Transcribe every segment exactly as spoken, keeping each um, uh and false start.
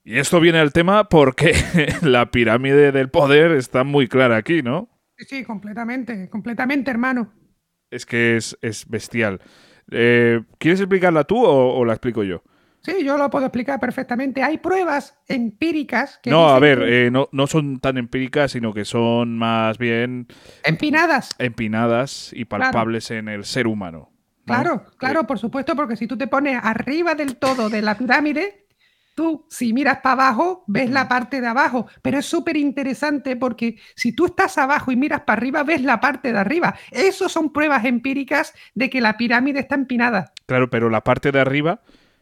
Y esto viene al tema porque la pirámide del poder está muy clara aquí, ¿no? Sí, sí, completamente, completamente, hermano. Es que es, es bestial. Eh, ¿Quieres explicarla tú o, o la explico yo? Sí, yo lo puedo explicar perfectamente. Hay pruebas empíricas que No, a dicen ver, que eh, no, no son tan empíricas, sino que son más bien empinadas. empinadas y Claro, palpables en el ser humano, ¿no? claro, Eh, claro, por supuesto, porque si tú te pones arriba del todo de la pirámide, tú, si miras para abajo, ves la parte de abajo, pero es súper interesante porque si tú estás abajo y miras para arriba, ves la parte de arriba. Eso son pruebas empíricas de que la pirámide está empinada. claro, pero la parte de arriba,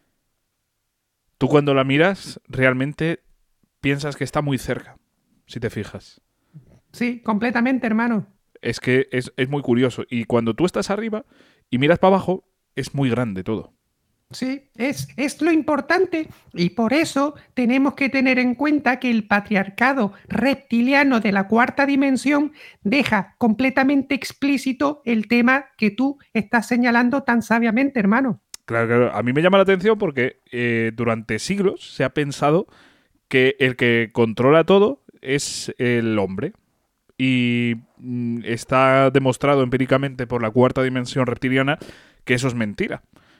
tú cuando la miras, realmente piensas que está muy cerca, si te fijas. Sí, completamente, hermano. Es que es, es muy curioso. Y cuando tú estás arriba y miras para abajo, es muy grande todo. Sí, es, es lo importante y por eso tenemos que tener en cuenta que el patriarcado reptiliano de la cuarta dimensión deja completamente explícito el tema que tú estás señalando tan sabiamente, hermano. Claro, claro. A mí me llama la atención porque eh, durante siglos se ha pensado que el que controla todo es el hombre. Y mm, está demostrado empíricamente por la cuarta dimensión reptiliana que eso es mentira.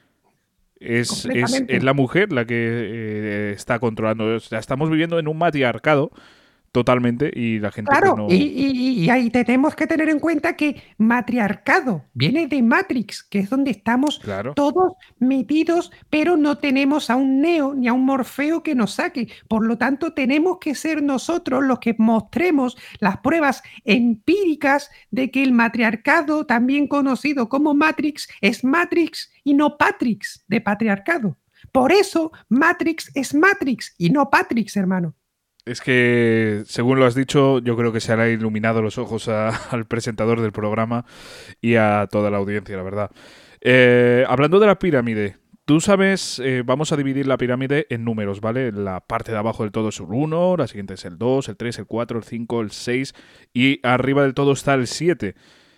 Es, es, es Completamente. la mujer la que eh, está controlando. O sea, estamos viviendo en un matriarcado totalmente y la gente pues Claro, y, no... y- y ahí tenemos que tener en cuenta que matriarcado viene de Matrix, que es donde estamos Claro. todos metidos, pero no tenemos a un Neo ni a un Morfeo que nos saque. Por lo tanto, tenemos que ser nosotros los que mostremos las pruebas empíricas de que el matriarcado, también conocido como Matrix, es Matrix y no Patrix de patriarcado. Por eso, Matrix es Matrix y no Patrix, hermano. Es que, según lo has dicho, yo creo que se han iluminado los ojos a- al presentador del programa y a toda la audiencia, la verdad. Eh, hablando de la pirámide, tú sabes, eh, vamos a dividir la pirámide en números, ¿vale? La parte de abajo del todo es el uno, la siguiente es el dos, el tres, el cuatro, el cinco, el seis y arriba del todo está el siete.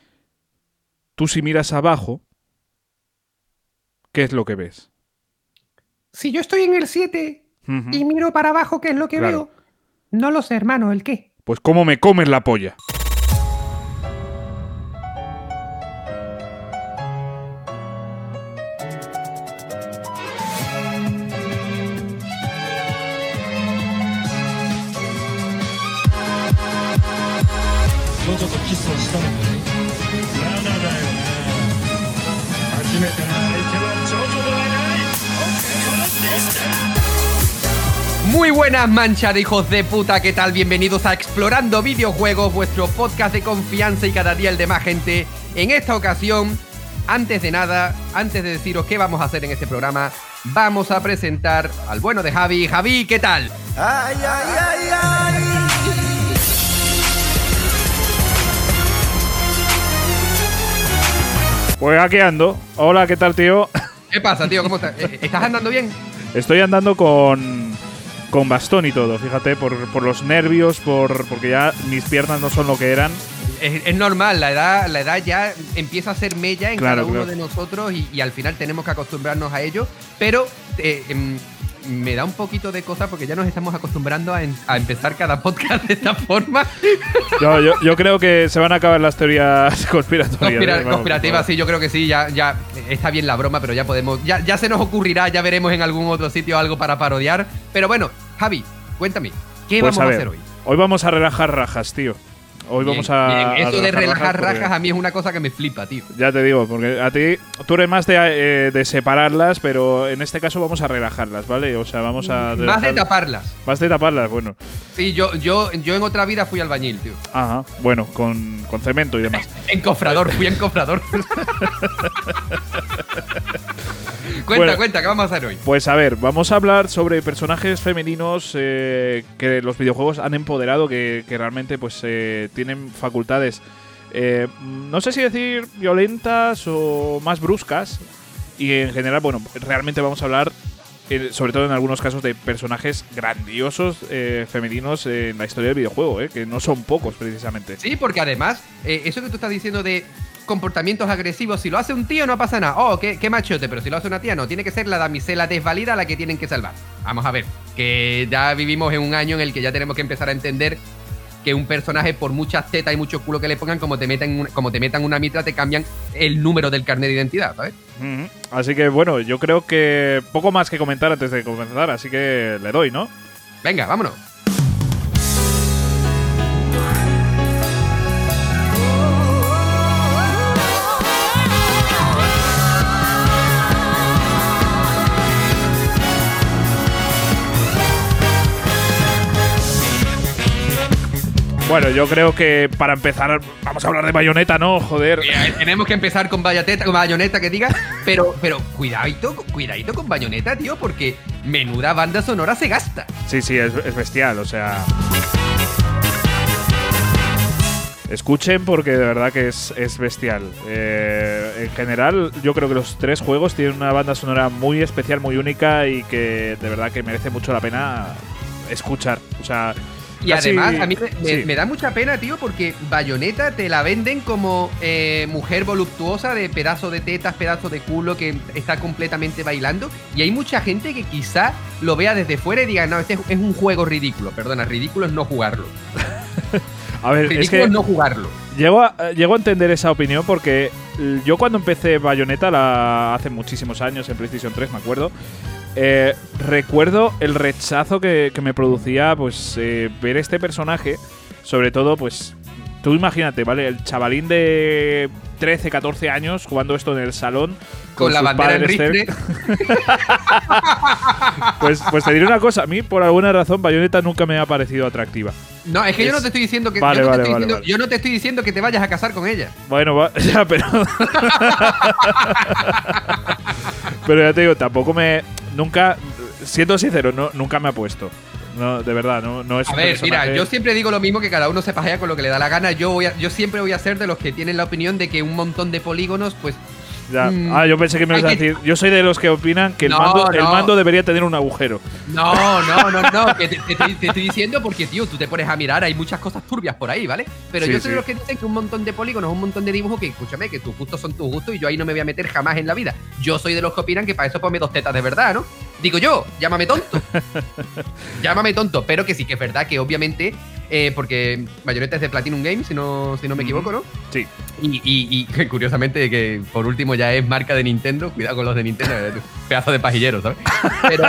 Tú si miras abajo, ¿qué es lo que ves? Si yo estoy en el siete Ujú, y miro para abajo, ¿qué es lo que claro. veo? No lo sé, hermano, ¿el qué? Pues cómo me comes la polla. Muy buenas manchas de hijos de puta, ¿qué tal? Bienvenidos a Explorando Videojuegos, vuestro podcast de confianza y cada día el de más gente. En esta ocasión, antes de nada, antes de deciros qué vamos a hacer en este programa, vamos a presentar al bueno de Javi. Javi, ¿qué tal? Ay, ay, ay, ay. Pues aquí ando. Hola, ¿qué tal, tío? ¿Qué pasa, tío? ¿Cómo estás? Eh, ¿Estás andando bien? Estoy andando con, con bastón y todo, fíjate, por, por los nervios, por porque ya mis piernas no son lo que eran. Es, es normal, la edad, la edad ya empieza a ser mella en Claro, cada uno claro. de nosotros y, y al final tenemos que acostumbrarnos a ello, pero eh, em, me da un poquito de cosa porque ya nos estamos acostumbrando a, en- a empezar cada podcast de esta forma. Yo, yo, yo creo que se van a acabar las teorías conspiratorias. Conspira- ¿eh? Vamos, conspirativa, por sí, yo creo que sí, ya, ya está bien la broma, pero ya podemos, ya, ya se nos ocurrirá, ya veremos en algún otro sitio algo para parodiar. Pero bueno, Javi, cuéntame, ¿qué Pues vamos a a, ver, hacer hoy? Hoy vamos a relajar rajas, tío. Hoy Bien, vamos a. bien. a Eso de relajar porque- rajas a mí es una cosa que me flipa, tío. Ya te digo, porque a ti tú eres más de, eh, de separarlas, pero en este caso vamos a relajarlas, ¿vale? O sea, vamos a. Más de relajar- taparlas. Más de taparlas, bueno. Sí, yo, yo, yo en otra vida fui albañil, tío. Ajá, bueno, con, con cemento y demás. Encofrador, fui encofrador. Cuenta, Bueno. cuenta, ¿qué vamos a hacer hoy? Pues a ver, vamos a hablar sobre personajes femeninos eh, que los videojuegos han empoderado, que, que realmente pues eh, tienen facultades, eh, no sé si decir violentas o más bruscas, y en general, bueno, realmente vamos a hablar, eh, sobre todo en algunos casos, de personajes grandiosos eh, femeninos en la historia del videojuego, eh, que no son pocos precisamente. Sí, porque además, eh, eso que tú estás diciendo de comportamientos agresivos, si lo hace un tío no pasa nada. Oh, qué, qué machote, pero si lo hace una tía no. Tiene que ser la damisela desvalida a la que tienen que salvar. Vamos a ver. que ya vivimos en un año en el que ya tenemos que empezar a entender que un personaje, por muchas tetas y mucho culo que le pongan, como te metan, como te metan una mitra, te cambian el número del carnet de identidad, ¿sabes? Uh-huh. Así que bueno, yo creo que poco más que comentar antes de comenzar, así que le doy, ¿no? Venga, vámonos. Bueno, yo creo que para empezar vamos a hablar de Bayonetta, ¿no? Joder. Mira, tenemos que empezar con Bayonetta, con Bayonetta que diga, pero, pero cuidadito, cuidadito con Bayonetta, tío, porque menuda banda sonora se gasta. Sí, sí, es, es bestial, o sea… Escuchen porque de verdad que es, es bestial. Eh, en general, yo creo que los tres juegos tienen una banda sonora muy especial, muy única y que de verdad que merece mucho la pena escuchar. O sea… Y casi, además, a mí me, sí. me, me da mucha pena, tío, porque Bayonetta te la venden como eh, mujer voluptuosa de pedazo de tetas, pedazo de culo que está completamente bailando. Y hay mucha gente que quizá lo vea desde fuera y diga, no, este es un juego ridículo. Perdona, ridículo es no jugarlo. A ver, ridículo es que es no jugarlo. Llego a, llego a entender esa opinión porque yo cuando empecé Bayonetta la, hace muchísimos años, en PlayStation tres, me acuerdo, eh, recuerdo el rechazo que, que me producía pues eh, ver este personaje, sobre todo pues… Tú imagínate, ¿vale? El chavalín de trece, catorce años jugando esto en el salón. Con, con la bandera en rifle. pues, pues te diré una cosa. A mí, por alguna razón, Bayonetta nunca me ha parecido atractiva. No, es que es… yo no te estoy diciendo que… Vale, yo, no vale, te estoy vale, diciendo, vale. yo no te estoy diciendo que te vayas a casar con ella. Bueno, va, ya, pero… pero ya te digo, tampoco me… Nunca… Siendo sincero, no, nunca me ha puesto. No, de verdad, no, no es A un ver, personaje… mira, yo siempre digo lo mismo, que cada uno se pajea con lo que le da la gana. Yo voy a, yo siempre voy a ser de los que tienen la opinión de que un montón de polígonos, pues… Ya. Mm, Ah, yo pensé que me ibas a hay que- decir… Yo soy de los que opinan que el, No, mando, el no. mando debería tener un agujero. No, no, no, no, que te, te estoy- te estoy diciendo porque, tío, tú te pones a mirar, hay muchas cosas turbias por ahí, ¿vale? Pero Sí, yo soy sí. de los que dicen que un montón de polígonos, un montón de dibujos, que escúchame, que tus gustos son tus gustos y yo ahí no me voy a meter jamás en la vida. Yo soy de los que opinan que para eso ponme dos tetas de verdad, ¿no? Digo yo, llámame tonto. Llámame tonto, pero que sí que es verdad que obviamente, eh, porque Bayonetta es de Platinum Games, si no, si no me equivoco, ¿no? Sí. Y, y, y que curiosamente, que por último ya es marca de Nintendo. Cuidado con los de Nintendo, eh, pedazo de pajilleros, ¿sabes? Pero,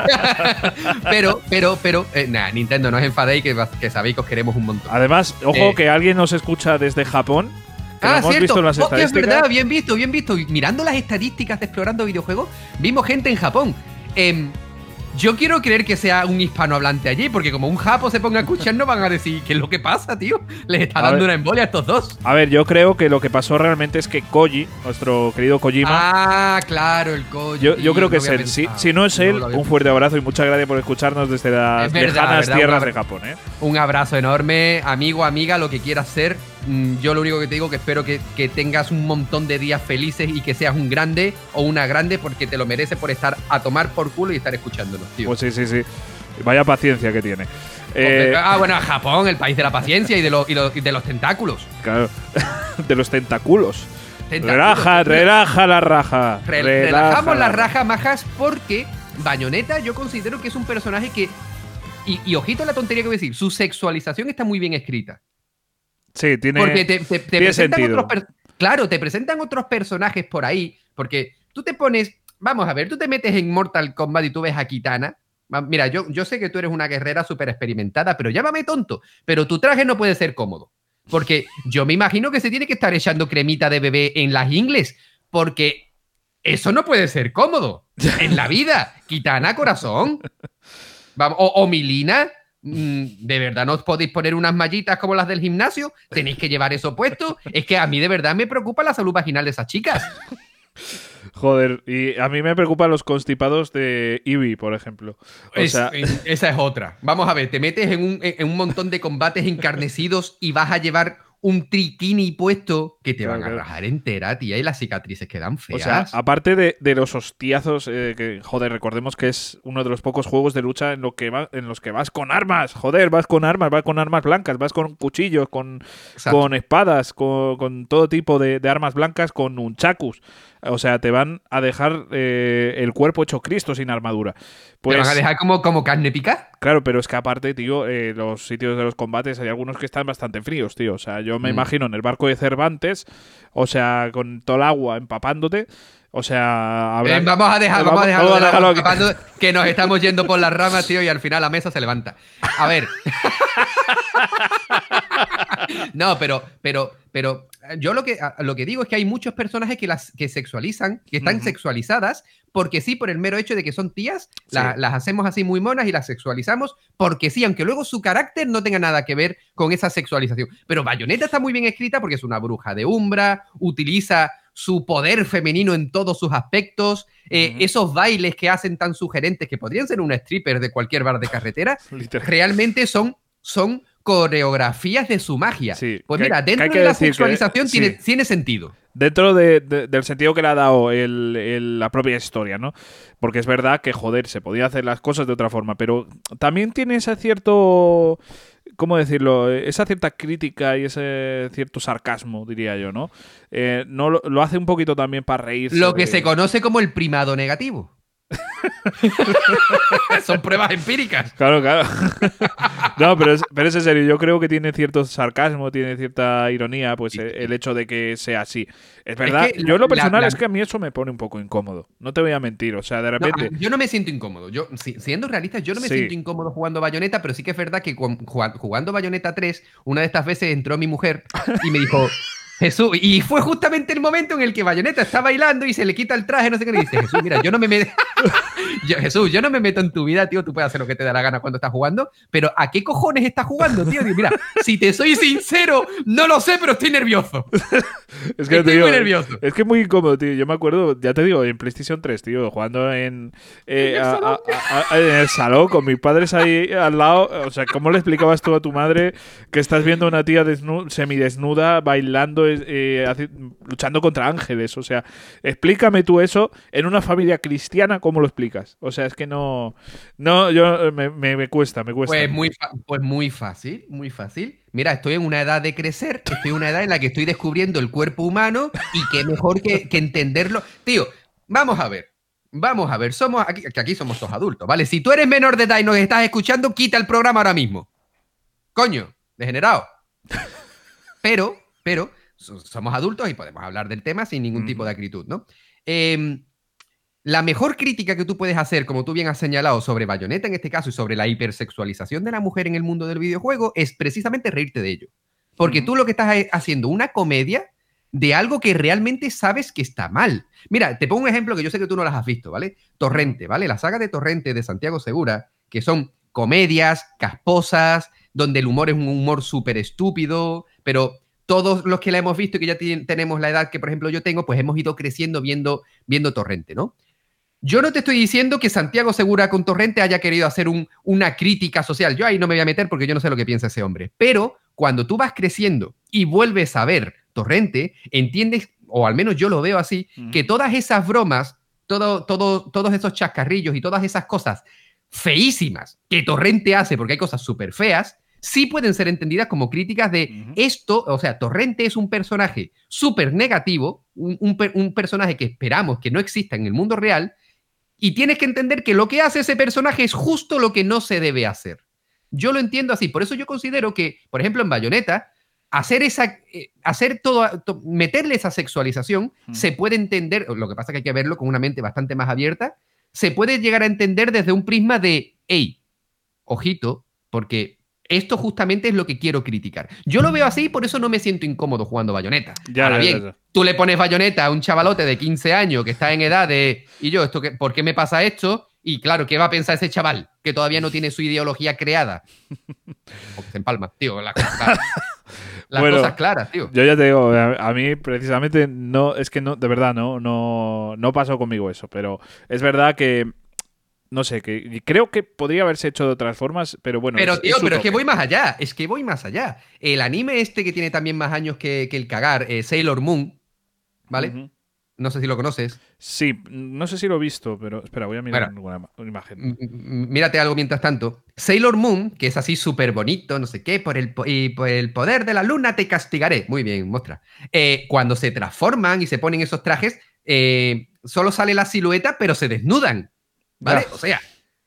pero, pero, pero eh, nada, Nintendo, no os enfadéis, que, que sabéis que os queremos un montón. Además, ojo Eh. que alguien nos escucha desde Japón. Que lo Ah, hemos cierto. visto en las Hostia, es estadísticas. verdad, bien visto, bien visto. Y mirando las estadísticas de Explorando Videojuegos, vimos gente en Japón. Em, yo quiero creer que sea un hispanohablante allí, porque como un japo se ponga a escuchar, no van a decir qué es lo que pasa, tío. Les está A dando ver. una embolia a estos dos. A ver, yo creo que lo que pasó realmente es que Koji, nuestro querido Kojima, Ah, claro, el Koji. yo, yo creo que no es había él. Si, pensado, si no es no él, lo había un fuerte abrazo y muchas gracias por escucharnos desde las Es verdad, lejanas verdad, tierras un de abra- Japón, ¿eh? Un abrazo enorme, amigo, amiga, lo que quieras ser. Mm, Yo lo único que te digo que espero que, que tengas un montón de días felices y que seas un grande o una grande, porque te lo mereces por estar a tomar por culo y estar escuchándonos, tío. Pues sí, sí, sí. Vaya paciencia que tiene. Eh, ah, bueno, Japón, el país de la paciencia y de, los, y, los, y de los tentáculos. claro. De los tentáculos. Tentáculos. Relaja, relaja la raja. Re- relaja relajamos la las rajas majas, porque Bayonetta yo considero que es un personaje que… Y, y ojito a la tontería que voy a decir, su sexualización está muy bien escrita. Sí, tiene, Porque te, te- te tiene presentan sentido. otros per- claro, te presentan otros personajes por ahí. Porque tú te pones, vamos a ver, tú te metes en Mortal Kombat y tú ves a Kitana. Va- Mira, yo, yo sé que tú eres una guerrera súper experimentada, pero llámame tonto. Pero tu traje no puede ser cómodo. Porque yo me imagino que se tiene que estar echando cremita de bebé en las ingles. Porque eso no puede ser cómodo en la vida. Kitana, corazón. Vamos, o, o Milina. Mm, ¿De verdad no os podéis poner unas mallitas como las del gimnasio? ¿Tenéis que llevar eso puesto? Es que a mí de verdad me preocupa la salud vaginal de esas chicas. Joder, y a mí me preocupan los constipados de Eevee, por ejemplo. O Es- sea, en- esa es otra. Vamos a ver, te metes en un, en un montón de combates encarnecidos y vas a llevar un triquini puesto que te Claro, van a claro. rajar entera, tía, y las cicatrices quedan o feas. sea, aparte de, de los hostiazos, eh, que, joder, recordemos que es uno de los pocos juegos de lucha en, lo que va, en los que vas con armas. Joder, vas con armas, vas con armas blancas, vas con cuchillos, con, Exacto. con espadas, con, con todo tipo de, de armas blancas, con nunchakus. O sea, te van a dejar eh, el cuerpo hecho Cristo sin armadura. Pues, ¿Te van a dejar como, como carne picada? Claro, pero es que aparte, tío, eh, los sitios de los combates hay algunos que están bastante fríos, tío. O sea, yo me Mm. imagino en el barco de Cervantes, o sea, con todo el agua empapándote. O sea, habrá... Eh, vamos a dejar, Eh, vamos a dejarlo vamos de a lado, dejarlo aquí. escapando, que nos estamos yendo por las ramas, tío, y al final la mesa se levanta. A ver. No, pero, pero, pero yo lo que, lo que digo es que hay muchos personajes que las que sexualizan, que están Ujú. sexualizadas, porque sí, por el mero hecho de que son tías, Sí. la- las hacemos así muy monas y las sexualizamos, porque sí, aunque luego su carácter no tenga nada que ver con esa sexualización. Pero Bayonetta está muy bien escrita porque es una bruja de Umbra, utiliza su poder femenino en todos sus aspectos, eh, Ujú. esos bailes que hacen tan sugerentes que podrían ser una stripper de cualquier bar de carretera, Literal. realmente son, son coreografías de su magia. Sí, Pues que- mira, que hay dentro que de la decir que- sexualización sí. tiene, tiene sentido. Dentro de- de- del sentido que le ha dado el- el- la propia historia, ¿no? Porque es verdad que, joder, se podía hacer las cosas de otra forma, pero también tiene ese cierto... ¿Cómo decirlo? Esa cierta crítica y ese cierto sarcasmo, diría yo, ¿no? Eh, no lo, lo hace un poquito también para reírse. Lo que de- se conoce como el primado negativo. Son pruebas empíricas. Claro, claro. No, pero es, pero es en serio. Yo creo que tiene cierto sarcasmo, tiene cierta ironía, pues Sí, eh, sí. el hecho de que sea así. Es verdad. que yo en lo la- personal la- es que a mí eso me pone un poco incómodo. No te voy a mentir. O sea, de No, repente. yo no me siento incómodo. Yo, si- siendo realista, yo no me Sí. siento incómodo jugando Bayonetta, pero sí que es verdad que con- jugando, jugando Bayonetta tres, una de estas veces entró mi mujer y me dijo, Jesús, y fue justamente el momento en el que Bayonetta está bailando y se le quita el traje, no sé qué, y dice, Jesús, mira, yo no me meto, yo, Jesús, yo no me meto en tu vida, tío, tú puedes hacer lo que te da la gana cuando estás jugando, pero ¿a qué cojones estás jugando, tío? Digo, mira, si te soy sincero, no lo sé, pero estoy nervioso. Es que, Estoy tío, muy nervioso. Es que es muy incómodo, tío. Yo me acuerdo, ya te digo, en PlayStation tres, tío, jugando en, eh, En el a- salón. a- a- en el salón con mis padres ahí al lado. O sea, ¿cómo le explicabas tú a tu madre que estás viendo a una tía desnu- semidesnuda bailando, eh, haci- luchando contra ángeles? O sea, explícame tú eso en una familia cristiana, ¿cómo lo explicas? O sea, es que no. No, yo me, me- me cuesta, me cuesta. Pues muy, fa- pues muy fácil, muy fácil. Mira, estoy en una edad de crecer, estoy en una edad en la que estoy descubriendo el cuerpo humano y qué mejor que, que entenderlo. Tío, vamos a ver, vamos a ver, somos aquí, que aquí somos todos adultos, ¿vale? Si tú eres menor de edad y nos estás escuchando, quita el programa ahora mismo. Coño, degenerado. Pero, pero, so- somos adultos y podemos hablar del tema sin ningún tipo de acritud, ¿no? Em, la mejor crítica que tú puedes hacer, como tú bien has señalado, sobre Bayonetta en este caso y sobre la hipersexualización de la mujer en el mundo del videojuego es precisamente reírte de ello. Porque Ujú. tú lo que estás eh, haciendo una comedia de algo que realmente sabes que está mal. Mira, te pongo un ejemplo que yo sé que tú no las has visto, ¿vale? Torrente, ¿vale? La saga de Torrente de Santiago Segura, que son comedias casposas, donde el humor es un humor súper estúpido, pero todos los que la hemos visto y que ya ti- tenemos la edad que, por ejemplo, yo tengo, pues hemos ido creciendo viendo, viendo Torrente, ¿no? Yo no te estoy diciendo que Santiago Segura con Torrente haya querido hacer un- una crítica social. Yo ahí no me voy a meter porque yo no sé lo que piensa ese hombre. Pero cuando tú vas creciendo y vuelves a ver Torrente, entiendes, o al menos yo lo veo así, Ujú. que todas esas bromas, todo, todo, todos esos chascarrillos y todas esas cosas feísimas que Torrente hace, porque hay cosas súper feas, sí pueden ser entendidas como críticas de Ujú. esto, o sea, Torrente es un personaje súper negativo, un, un per- un personaje que esperamos que no exista en el mundo real, y tienes que entender que lo que hace ese personaje es justo lo que no se debe hacer. Yo lo entiendo así, por eso yo considero que, por ejemplo, en Bayonetta, hacer esa, eh, hacer todo, to- meterle esa sexualización, Mm. se puede entender, lo que pasa es que hay que verlo con una mente bastante más abierta, se puede llegar a entender desde un prisma de, hey, ojito, porque esto justamente es lo que quiero criticar. Yo lo veo así y por eso no me siento incómodo jugando Bayonetta. Ya, Ahora ya, bien, ya, ya. tú le pones Bayonetta a un chavalote de quince años que está en edad de, y yo, esto que, ¿por qué me pasa esto? Y claro, ¿qué va a pensar ese chaval que todavía no tiene su ideología creada? Porque se empalma, tío, la- la- las Bueno, cosas claras, tío. Yo ya te digo, a, a mí precisamente no, es que no, de verdad no, no, no pasó conmigo eso, pero es verdad que, no sé, que creo que podría haberse hecho de otras formas, pero bueno. Pero, es- tío, es su pero es que toque. voy más allá. Es que voy más allá. El anime este que tiene también más años que, que el cagar, eh, Sailor Moon, ¿vale? Ujú. No sé si lo conoces. Sí, no sé si lo he visto, pero espera, voy a mirar Bueno. alguna ima- una imagen. M- m- Mírate algo mientras tanto. Sailor Moon, que es así súper bonito, no sé qué, por el, po- y por el poder de la luna te castigaré. Muy bien, muestra. Eh, cuando se transforman y se ponen esos trajes, eh, solo sale la silueta, pero se desnudan. ¿Vale? Ya. O sea,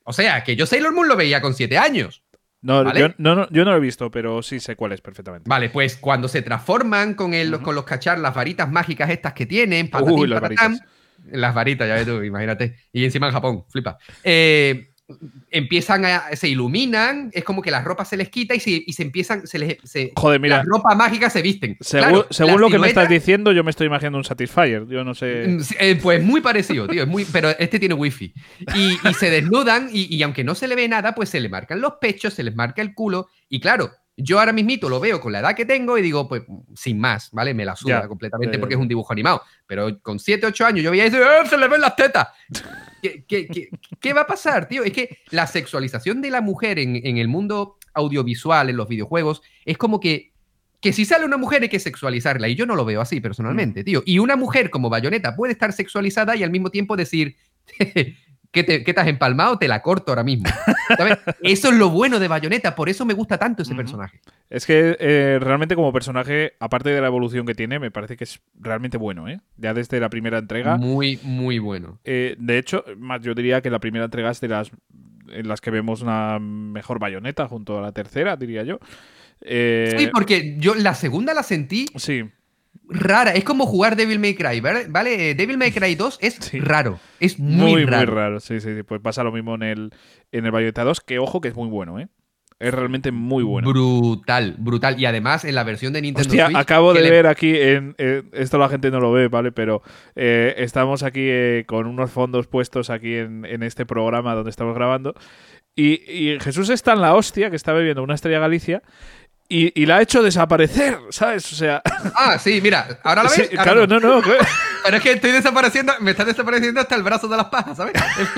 O sea, que yo Sailor Moon lo veía con siete años. No, ¿vale? yo, no, no, yo no lo he visto, pero sí sé cuál es perfectamente. Vale, pues cuando se transforman con, el, Ujú. con los cachar, las varitas mágicas estas que tienen, patatín, Uy, las patatán, varitas. las varitas, ya ves tú, imagínate. Y encima en Japón, flipa. Eh, empiezan a... se iluminan, es como que la ropa se les quita y se, y se empiezan... Se les, se, Joder, mira. Las ropas mágicas se visten. Según, Claro, según la lo que me estás silueta- diciendo, yo me estoy imaginando un Satisfyer. Yo no sé. Mm, sí, eh, Pues muy parecido, tío. Es muy, pero este tiene wifi. Y, y se desnudan y, y aunque no se le ve nada, pues se le marcan los pechos, se les marca el culo. Y claro, yo ahora mismito lo veo con la edad que tengo y digo, pues sin más, ¿vale? Me la suda Ya, completamente ya, ya, porque ya. es un dibujo animado. Pero con siete, ocho años yo veía eso y ¡eh, se le ven las tetas! ¿Qué, qué, qué, qué va a pasar, tío? Es que la sexualización de la mujer en, en el mundo audiovisual, en los videojuegos, es como que que si sale una mujer hay que sexualizarla, y yo no lo veo así personalmente, tío. Y una mujer como Bayonetta puede estar sexualizada y al mismo tiempo decir que te, que te has empalmado, te la corto ahora mismo. ¿Sabes? Eso es lo bueno de Bayonetta, por eso me gusta tanto ese Ujú. personaje. Es que eh, realmente como personaje, aparte de la evolución que tiene, me parece que es realmente bueno, ¿eh? Ya desde la primera entrega. Muy, muy bueno. Eh, de hecho, más yo diría que la primera entrega es de las en las que vemos una mejor Bayonetta junto a la tercera, diría yo. Eh, Sí, porque yo la segunda la sentí sí, rara. Es como jugar Devil May Cry, ¿vale? ¿Vale? Eh, Devil May Cry dos es Sí. raro. Es muy, muy, muy raro. raro. Sí, sí, sí. Pues pasa lo mismo en el, en el Bayonetta dos, que ojo que es muy bueno, ¿eh? Es realmente muy bueno. Brutal, brutal. Y además en la versión de Nintendo Hostia, Switch... acabo que de le- ver aquí, en, en- esto la gente no lo ve, ¿vale? Pero eh, estamos aquí eh, con unos fondos puestos aquí en, en este programa donde estamos grabando. Y, y Jesús está en la hostia, que está bebiendo una Estrella Galicia, y, y la ha hecho desaparecer, ¿sabes? O sea... Ah, sí, mira, ¿ahora la ves? sí, Ahora claro, no. no, no. claro. Pero es que estoy desapareciendo, me está desapareciendo hasta el brazo de las pajas, ¿sabes?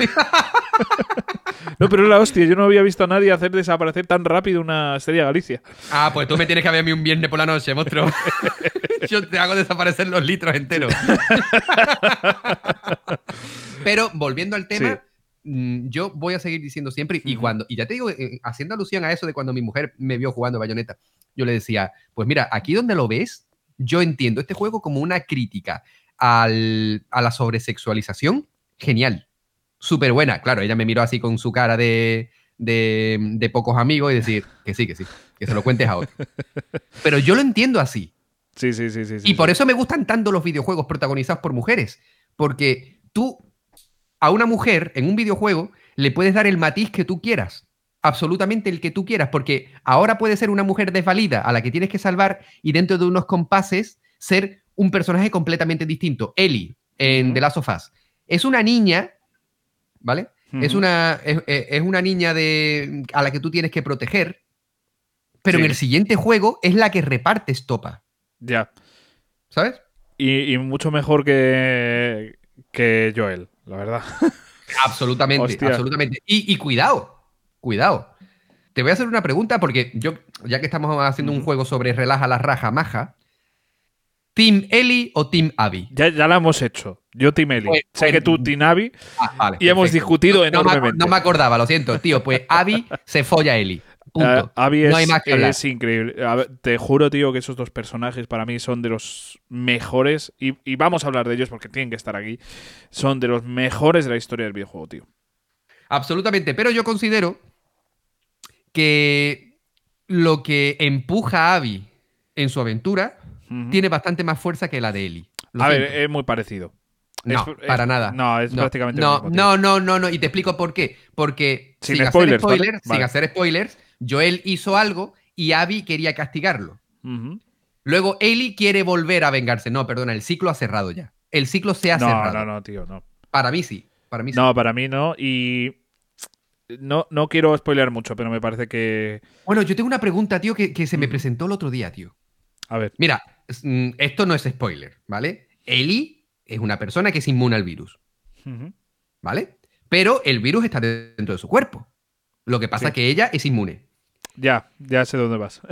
No, pero es la hostia, yo no había visto a nadie hacer desaparecer tan rápido una Estrella Galicia. Ah, pues tú me tienes que ver a mí un viernes por la noche, monstruo. Yo te hago desaparecer los litros enteros. Pero volviendo al tema, mm, yo voy a seguir diciendo siempre, y Ujú. cuando, y ya te digo, eh, haciendo alusión a eso de cuando mi mujer me vio jugando Bayonetta, yo le decía, pues mira, aquí donde lo ves, yo entiendo este juego como una crítica al, a la sobresexualización, genial, súper buena. Claro, ella me miró así con su cara de, de, de pocos amigos y decir que sí, que sí, que se lo cuentes a otro. Pero yo lo entiendo así. Sí, sí, sí, sí. sí Y por sí. eso me gustan tanto los videojuegos protagonizados por mujeres. Porque tú a una mujer en un videojuego le puedes dar el matiz que tú quieras. Absolutamente el que tú quieras. Porque ahora puede ser una mujer desvalida a la que tienes que salvar y dentro de unos compases ser un personaje completamente distinto. Ellie en Ujú. The Last of Us es una niña, ¿vale? Es, Ujú. una, es, es una niña de, a la que tú tienes que proteger. Pero Sí. en el siguiente juego es la que reparte estopa. Ya. ¿Sabes? Y, y mucho mejor que, que Joel, la verdad. Absolutamente, Hostia. absolutamente. Y, y cuidado, cuidado. Te voy a hacer una pregunta porque yo, ya que estamos haciendo un Ujú. juego sobre relaja la raja maja, ¿Team Ellie o Team Abby? Ya, ya la hemos hecho. Yo Team Ellie. Pues- sé que tú Team Abby. Ah, vale, Y hemos perfecto. discutido No me, enormemente. no me acordaba, lo siento, tío. Pues Abby se folla a Ellie. Punto. Eh, Abby no es, hay más que hablar. es increíble. A ver, te juro, tío, que esos dos personajes para mí son de los mejores. Y, y vamos a hablar de ellos porque tienen que estar aquí. Son de los mejores de la historia del videojuego, tío. Absolutamente. Pero yo considero que lo que empuja a Abby en su aventura Ujú. tiene bastante más fuerza que la de Ellie. Lo A siento. ver, es muy parecido. No, Es- es- para nada. No, es no, prácticamente no, lo mismo, tío. no, no, no, no. Y te explico por qué. Porque Sin sin, spoilers, hacer ¿vale? spoilers, sin Vale. hacer spoilers, Joel hizo algo y Abby quería castigarlo. Ujú. Luego Ellie quiere volver a vengarse. No, perdona, el ciclo ha cerrado ya. El ciclo se ha No, cerrado. no, no, tío, no. Para mí sí. Para mí sí. No, para mí no. Y no, no quiero spoilear mucho, pero me parece que... Bueno, yo tengo una pregunta, tío, que, que se me Ujú. presentó el otro día, tío. A ver. Mira, es- mm, esto no es spoiler, ¿vale? Ellie es una persona que es inmune al virus, Ujú. ¿vale? Pero el virus está dentro de su cuerpo. Lo que pasa Sí. es que ella es inmune. Ya, ya sé dónde vas.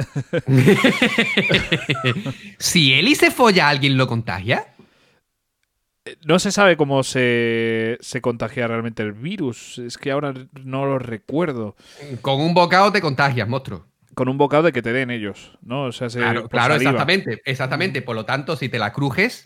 Si Ellie se folla a alguien, ¿lo contagia? No se sabe cómo se, se contagia realmente el virus. Es que ahora no lo recuerdo. Con un bocado te contagias, monstruo. Con un bocado de que te den ellos, ¿no? O sea, se, Claro, por claro, saliva. exactamente, exactamente. Por lo tanto, si te la crujes...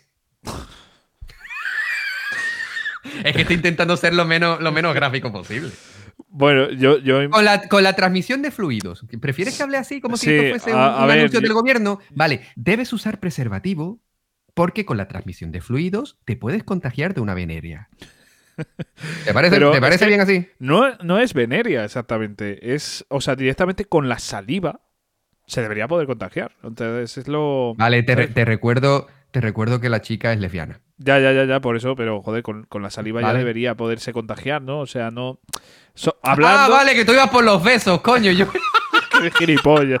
Es que estoy intentando ser lo menos, lo menos gráfico posible. Bueno, yo... yo... Con, la, con la transmisión de fluidos. ¿Prefieres que hable así como si Sí, esto fuese un, a- a un ver, anuncio yo- del gobierno? Vale, debes usar preservativo porque con la transmisión de fluidos te puedes contagiar de una veneria. ¿Te parece, Pero ¿te es parece que bien así? No, no es veneria exactamente. Es, o sea, directamente con la saliva se debería poder contagiar. Entonces es lo... Vale, te, re- ¿sabes? te recuerdo, te recuerdo que la chica es lesbiana. Ya, ya, ya, ya, por eso, pero joder, con, con la saliva ya Vale. debería poderse contagiar, ¿no? O sea, no... So- hablando... Ah, vale, que tú ibas por los besos, coño. Yo... ¡Qué gilipollas!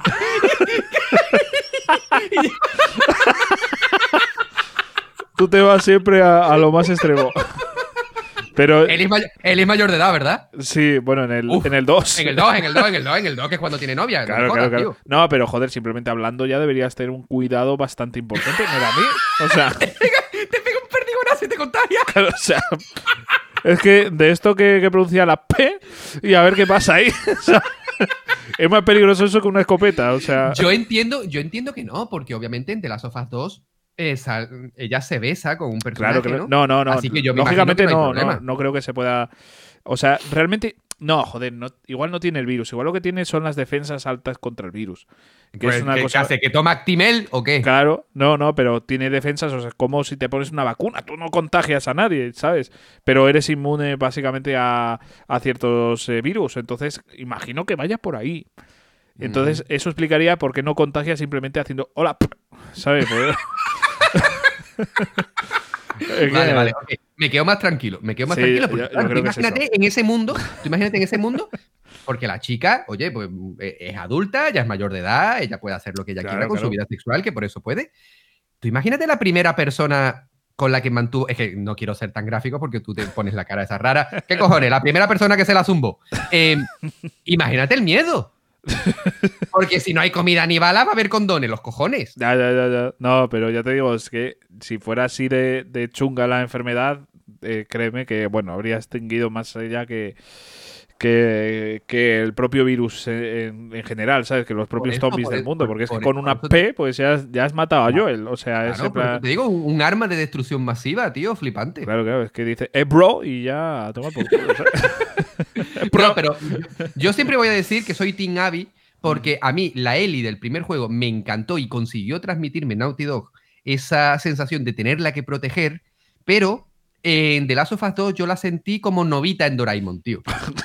Tú te vas siempre a, a lo más extremo. Pero Él es, mayor, él es mayor de edad, ¿verdad? sí, bueno, en el Uf, en el dos. En el dos, en el dos, en el dos, en el dos, que es cuando tiene novia. Claro, no me jodas, claro, claro. tío. No, pero joder, simplemente hablando ya deberías tener un cuidado bastante importante. Mira, a mí, o sea, Te pega un perdigonazo y te contagia. claro, o sea, es que de esto que, que pronuncia la P y a ver qué pasa ahí. O sea, es más peligroso eso que una escopeta, o sea. Yo entiendo, yo entiendo que no, porque obviamente en The Last of Us dos eh, sal- ella se besa con un personaje, Claro que ¿no? no, no, no. Así que yo me lógicamente imagino que no, no, hay problema. no, no creo que se pueda. O sea, realmente. No, joder, no, igual no tiene el virus. Igual lo que tiene son las defensas altas contra el virus. Que Pues, es una ¿qué cosa. hace? ¿Que toma Actimel o qué? Claro, no, no, pero tiene defensas, o sea, como si te pones una vacuna, tú no contagias a nadie, ¿sabes? Pero eres inmune básicamente a, a ciertos eh, virus, entonces imagino que vaya por ahí. Entonces, eso explicaría por qué no contagias simplemente haciendo hola, ¿sabes? Pues- Es que- Vale, vale, ok. Me quedo más tranquilo, me quedo más Sí, tranquilo. yo- Porque, yo claro, creo tú que es imagínate en ese mundo, tú imagínate en ese mundo, porque la chica, oye, pues eh, es adulta, ya es mayor de edad, ella puede hacer lo que ella Claro, quiera con claro. su vida sexual, que por eso puede. Tú imagínate la primera persona con la que mantuvo. Es que no quiero ser tan gráfico porque tú te pones la cara esa rara. ¿Qué cojones? La primera persona que se la zumbó. Eh, imagínate el miedo. Porque si no hay comida ni bala, va a haber condones, los cojones. Ya, ya, ya, ya. No, pero ya te digo, es que si fuera así de, de chunga la enfermedad, eh, créeme que, bueno, habría extinguido más allá que, que, que el propio virus en, en general, ¿sabes? Que los propios eso, zombies por del eso, mundo, por- porque es que por con eso, una por eso P, pues ya, ya has matado a Joel. O sea, es Claro, en por eso plan- te digo, un, un arma de destrucción masiva, tío, flipante. Claro, claro, es que dice, eh, bro, y ya toma por culo, ¿sabes? No, pero yo siempre voy a decir que soy Team Abby porque a mí la Ellie del primer juego me encantó y consiguió transmitirme Naughty Dog esa sensación de tenerla que proteger, pero en The Last of Us dos yo la sentí como Novita en Doraemon, tío.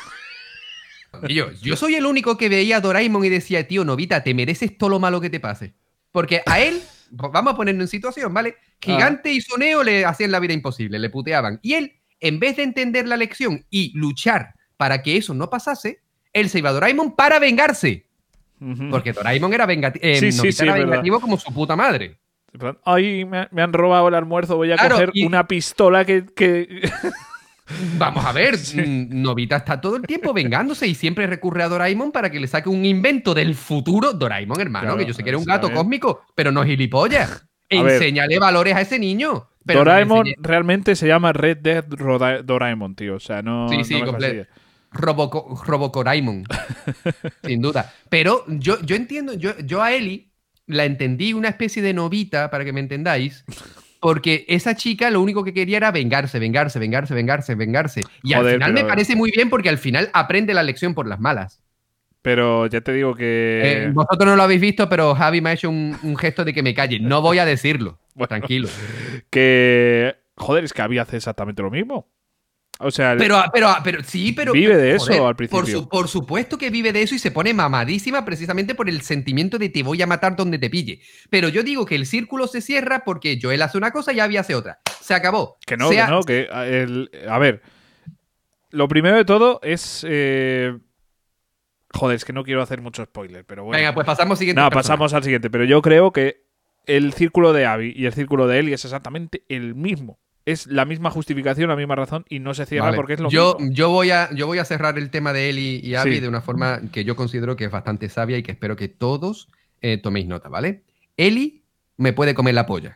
Y yo, yo soy el único que veía a Doraemon y decía, tío, Novita, te mereces todo lo malo que te pase. Porque a él, vamos a ponerlo en situación, ¿vale? Gigante y Soneo le hacían la vida imposible, le puteaban. Y él, en vez de entender la lección y luchar para que eso no pasase, él se iba a Doraemon para vengarse. Ujú. Porque Doraemon era, vengati- eh, Sí, sí, Novita sí, era es verdad. vengativo como su puta madre. En plan, ay, me, me han robado el almuerzo, voy a Claro, coger y- una pistola que... que... Vamos a ver, mm, Novita está todo el tiempo vengándose y siempre recurre a Doraemon para que le saque un invento del futuro. Doraemon, hermano, Claro, que yo sé que era un sí, gato también. cósmico, pero no gilipollas. A ver. Enséñale valores a ese niño. Pero no le Doraemon enseñe- realmente se llama Red Dead Roda- Doraemon, tío. O sea, no. Sí, no sí, me completo. fastidies. Roboco, Robocoraimon. Sin duda. Pero yo, yo entiendo, yo, yo a Ellie la entendí una especie de novita, para que me entendáis, porque esa chica lo único que quería era vengarse, vengarse, vengarse, vengarse, vengarse. Y Joder, al final pero- me parece muy bien porque al final aprende la lección por las malas. Pero ya te digo que. Eh, vosotros no lo habéis visto, pero Javi me ha hecho un, un gesto de que me calle. No voy a decirlo. Bueno. Tranquilo. que. Joder, es que Abby hace exactamente lo mismo. O sea, Pero, pero, pero sí, pero. Vive de eso joder, al principio. Por, su- por supuesto que vive de eso y se pone mamadísima precisamente por el sentimiento de te voy a matar donde te pille. Pero yo digo que el círculo se cierra porque Joel hace una cosa y Abby hace otra. Se acabó. que no, Sea- que no, que. a- el- a ver. Lo primero de todo es. eh, Joder, es que no quiero hacer mucho spoiler, pero bueno. Venga, pues pasamos siguiente. No, personaje. pasamos al siguiente. Pero yo creo que el círculo de Abby y el círculo de Ellie es exactamente el mismo. Es la misma justificación, la misma razón y no se cierra Vale. porque es lo yo, mismo. Yo voy, a, yo voy a cerrar el tema de Ellie y Abby Sí. de una forma que yo considero que es bastante sabia y que espero que todos eh, toméis nota, ¿vale? Ellie me puede comer la polla.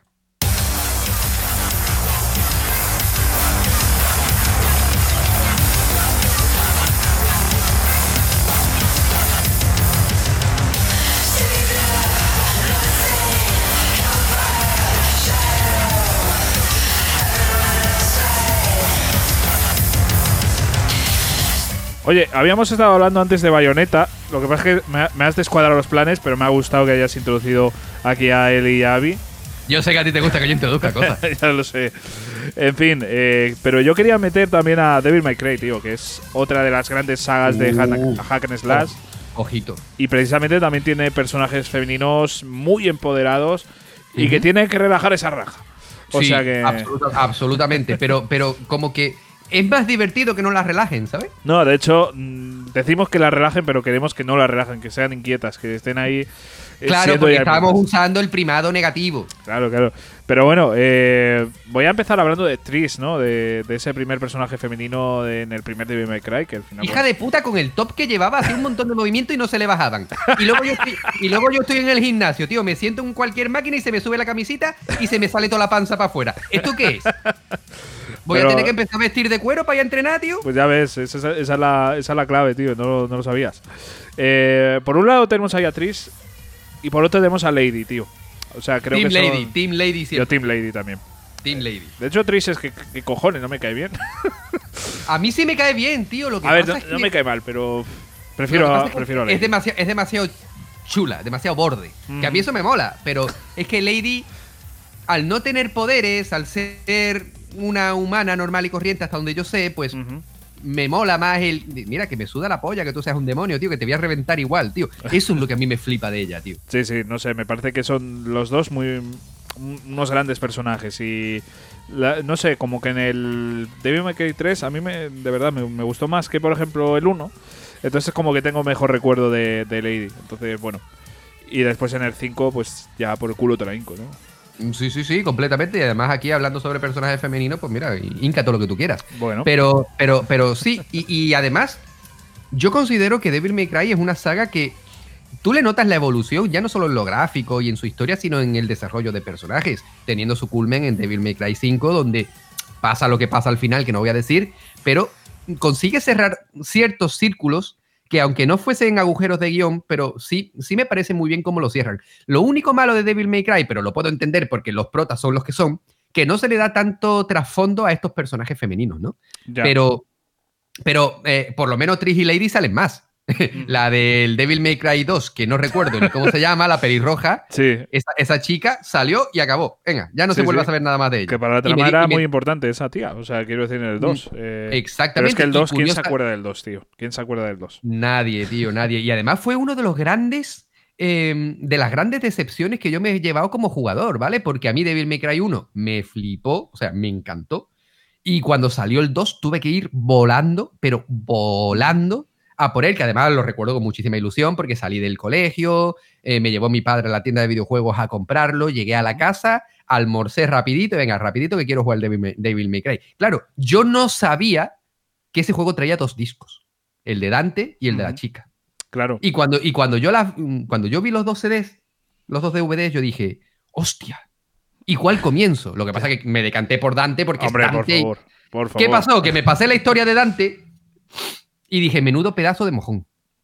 Oye, habíamos estado hablando antes de Bayonetta. Lo que pasa es que me, me has descuadrado los planes, pero me ha gustado que hayas introducido aquí a Eli y a Abby. Yo sé que a ti te gusta que yo introduzca cosas. Ya lo sé. En fin, eh, pero yo quería meter también a Devil May Cry, tío, que es otra de las grandes sagas de Uh. hack, hack and slash. Ojito. Y precisamente también tiene personajes femeninos muy empoderados y Ujú. que tienen que relajar esa raja. O Sí, sea que… absoluta- absolutamente. Pero, pero como que es más divertido que no las relajen, ¿sabes? No, de hecho, mm, decimos que la relajen, pero queremos que no la relajen, que sean inquietas, que estén ahí… eh, Claro, siendo porque ya estábamos mismas. usando el primado negativo. Claro, claro. Pero bueno, eh, voy a empezar hablando de Trish, ¿no? De, de ese primer personaje femenino de- en el primer Devil May Cry, que al final… Hija de puta, con el top que llevaba, hacía un montón de movimientos y no se le bajaban. Y luego, yo estoy, y luego yo estoy en el gimnasio, tío, me siento en cualquier máquina y se me sube la camisita y se me sale toda la panza para afuera. ¿Esto qué es? Voy Pero- a tener que empezar a vestir de cuero para ir a entrenar, tío. Pues ya ves, esa, esa- esa es, la, esa es la clave, tío, no, lo- no lo sabías. Eh, por un lado tenemos ahí a Trish y por otro tenemos a Lady, tío. O sea, creo Team que son… Lady, Team Lady Yo siempre. Team Lady también. Team Lady. De hecho, Trish es que, que cojones, no me cae bien. A mí sí me cae bien, tío. Lo que A ver, pasa no, es que no me cae mal, pero lo prefiero que a, pasa es que prefiero a Lady. es demasiado, es demasiado chula, demasiado borde. Mm. Que a mí eso me mola, pero es que Lady, al no tener poderes, al ser una humana normal y corriente hasta donde yo sé, pues Ujú. me mola más el… Mira, que me suda la polla que tú seas un demonio, tío, que te voy a reventar igual, tío. Eso es lo que a mí me flipa de ella, tío. Sí, sí, no sé, me parece que son los dos muy unos grandes personajes y la- no sé, como que en el Devil May Cry tres a mí me, de verdad me, me gustó más que por ejemplo el uno, entonces como que tengo mejor recuerdo de, de Lady, entonces bueno, y después en el cinco pues ya por el culo te la hinco, ¿no? Sí, sí, sí, completamente. Y además aquí hablando sobre personajes femeninos, pues mira, hinca todo lo que tú quieras. Bueno, Pero, pero, pero sí, y, y además, yo considero que Devil May Cry es una saga que tú le notas la evolución, ya no solo en lo gráfico y en su historia, sino en el desarrollo de personajes, teniendo su culmen en Devil May Cry cinco, donde pasa lo que pasa al final, que no voy a decir, pero consigue cerrar ciertos círculos que aunque no fuesen agujeros de guión, pero sí, sí me parece muy bien cómo lo cierran. Lo único malo de Devil May Cry, pero lo puedo entender porque los protas son los que son, que no se le da tanto trasfondo a estos personajes femeninos, ¿no? ya. Pero, pero eh, por lo menos Trish y Lady salen más. La del Devil May Cry dos, que no recuerdo ni cómo se llama, la pelirroja, Sí, esa, esa chica salió y acabó. Venga, ya no Sí, se vuelve sí. a saber nada más de ella. que para la Y me trama di- era y me- muy importante esa tía, o sea, quiero decir en el dos. eh, Exactamente. Pero es que el y dos, ¿quién se curiosa- acuerda del dos, tío? ¿Quién se acuerda del dos? Nadie, tío, nadie. Y además fue uno de los grandes, eh, de las grandes decepciones que yo me he llevado como jugador, ¿vale? Porque a mí Devil May Cry uno me flipó, o sea, me encantó. Y cuando salió el dos tuve que ir volando, pero volando a por él, que además lo recuerdo con muchísima ilusión porque salí del colegio, eh, me llevó mi padre a la tienda de videojuegos a comprarlo, llegué a la casa, almorcé rapidito, venga, rapidito que quiero jugar Devil May, Devil May Cry. Claro, yo no sabía que ese juego traía dos discos, el de Dante y el de la Ujú. chica. Claro. Y cuando, y cuando, yo, la, cuando yo vi los dos C Ds, los dos D V Ds, yo dije, hostia, ¿y cuál comienzo? Lo que pasa es que me decanté por Dante porque es Hombre, por Dante. favor, por favor. ¿Qué pasó? Que me pasé la historia de Dante y dije, menudo pedazo de mojón.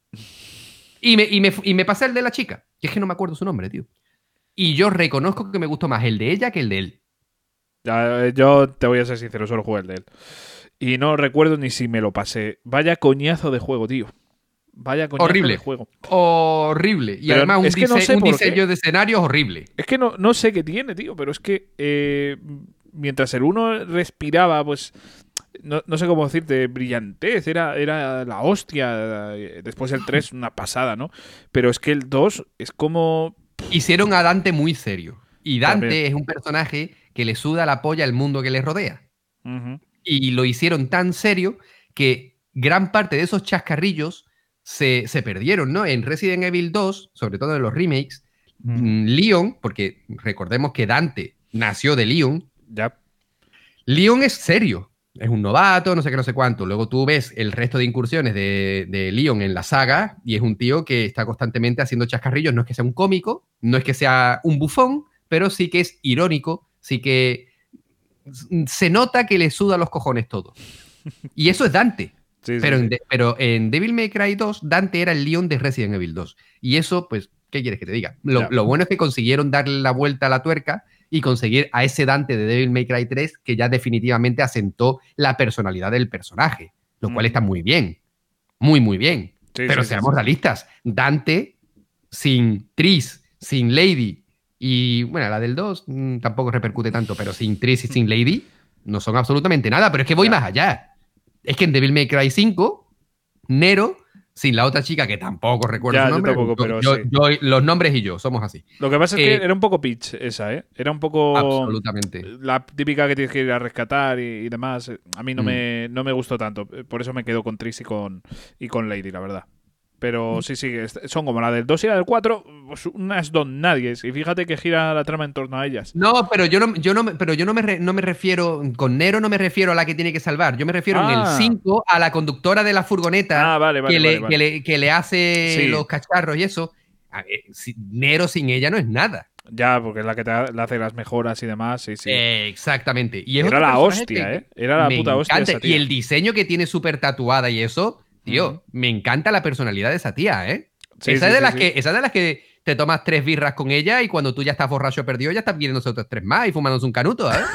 Y me, y, me, y me pasé el de la chica, que es que no me acuerdo su nombre, tío. Y yo reconozco que me gustó más el de ella que el de él. Ya, eh, yo te voy a ser sincero, solo jugué el de él. Y no recuerdo ni si me lo pasé. Vaya coñazo de juego, tío. Vaya coñazo Horrible. de juego. Horrible. Y Pero además un, es que no dise- sé un por diseño qué. de escenario horrible. Es que no, no sé qué tiene, tío, pero es que eh, mientras el uno respiraba, pues, no, no sé cómo decirte, brillantez, era, era la hostia. Después el tres, una pasada, ¿no? Pero es que el dos es como… Hicieron a Dante muy serio. Y Dante También. es un personaje que le suda la polla al mundo que le rodea. Ujú. Y lo hicieron tan serio que gran parte de esos chascarrillos se, se perdieron, ¿no? En Resident Evil dos, sobre todo en los remakes, mm, Leon, porque recordemos que Dante nació de Leon, Ya. Leon es serio. Es un novato, no sé qué, no sé cuánto. Luego tú ves el resto de incursiones de, de Leon en la saga y es un tío que está constantemente haciendo chascarrillos. No es que sea un cómico, no es que sea un bufón, pero sí que es irónico, sí que se nota que le suda los cojones todo. Y eso es Dante. Sí, sí, Pero, sí. en, de- pero en Devil May Cry dos, Dante era el Leon de Resident Evil dos. Y eso, pues, ¿qué quieres que te diga? Lo, Ya. lo bueno es que consiguieron darle la vuelta a la tuerca y conseguir a ese Dante de Devil May Cry tres que ya definitivamente asentó la personalidad del personaje, lo cual Mm. está muy bien. muy, muy bien. Sí, Pero sí, seamos sí, sí. realistas. Dante, sin Triss, sin Lady, y bueno, la del dos mmm, tampoco repercute tanto, pero sin Triss y sin Lady no son absolutamente nada. Pero es que voy Ya. más allá. Es que en Devil May Cry cinco, Nero, sin la otra chica, que tampoco recuerdo Ya, su yo nombre, tampoco, yo- pero yo- sí. yo- los nombres y yo somos así. Lo que pasa es Eh, que era un poco pitch esa, ¿eh? Era un poco Absolutamente. la típica que tienes que ir a rescatar y, y demás. A mí no, Mm. me, no me gustó tanto. Por eso me quedo con Triss y con, y con Lady, la verdad. Pero sí, sí, est- son como la del dos y la del cuatro, pues unas don nadies. Y fíjate que gira la trama en torno a ellas. No, pero yo no, yo no, me- pero yo no me, re- no me refiero, con Nero no me refiero a la que tiene que salvar, yo me refiero en el Ah. cinco a la conductora de la furgoneta Ah, vale, vale, que, vale, le, vale. Que, le, que le hace Sí. los cacharros y eso. A ver, si- Nero sin ella no es nada. Ya, porque es la que te ha- le hace las mejoras y demás. Sí, sí. Eh, exactamente. Y es Era otro la personaje hostia, que ¿eh? Era la me puta hostia encanta. esa tía. Y el diseño que tiene súper tatuada y eso, tío, Ujú. me encanta la personalidad de esa tía, ¿eh? Sí, esa, sí, es de sí, las sí. que, esa es de las que te tomas tres birras con ella y cuando tú ya estás borracho perdido ya estás viéndose otros tres más y fumándose un canuto, ¿eh?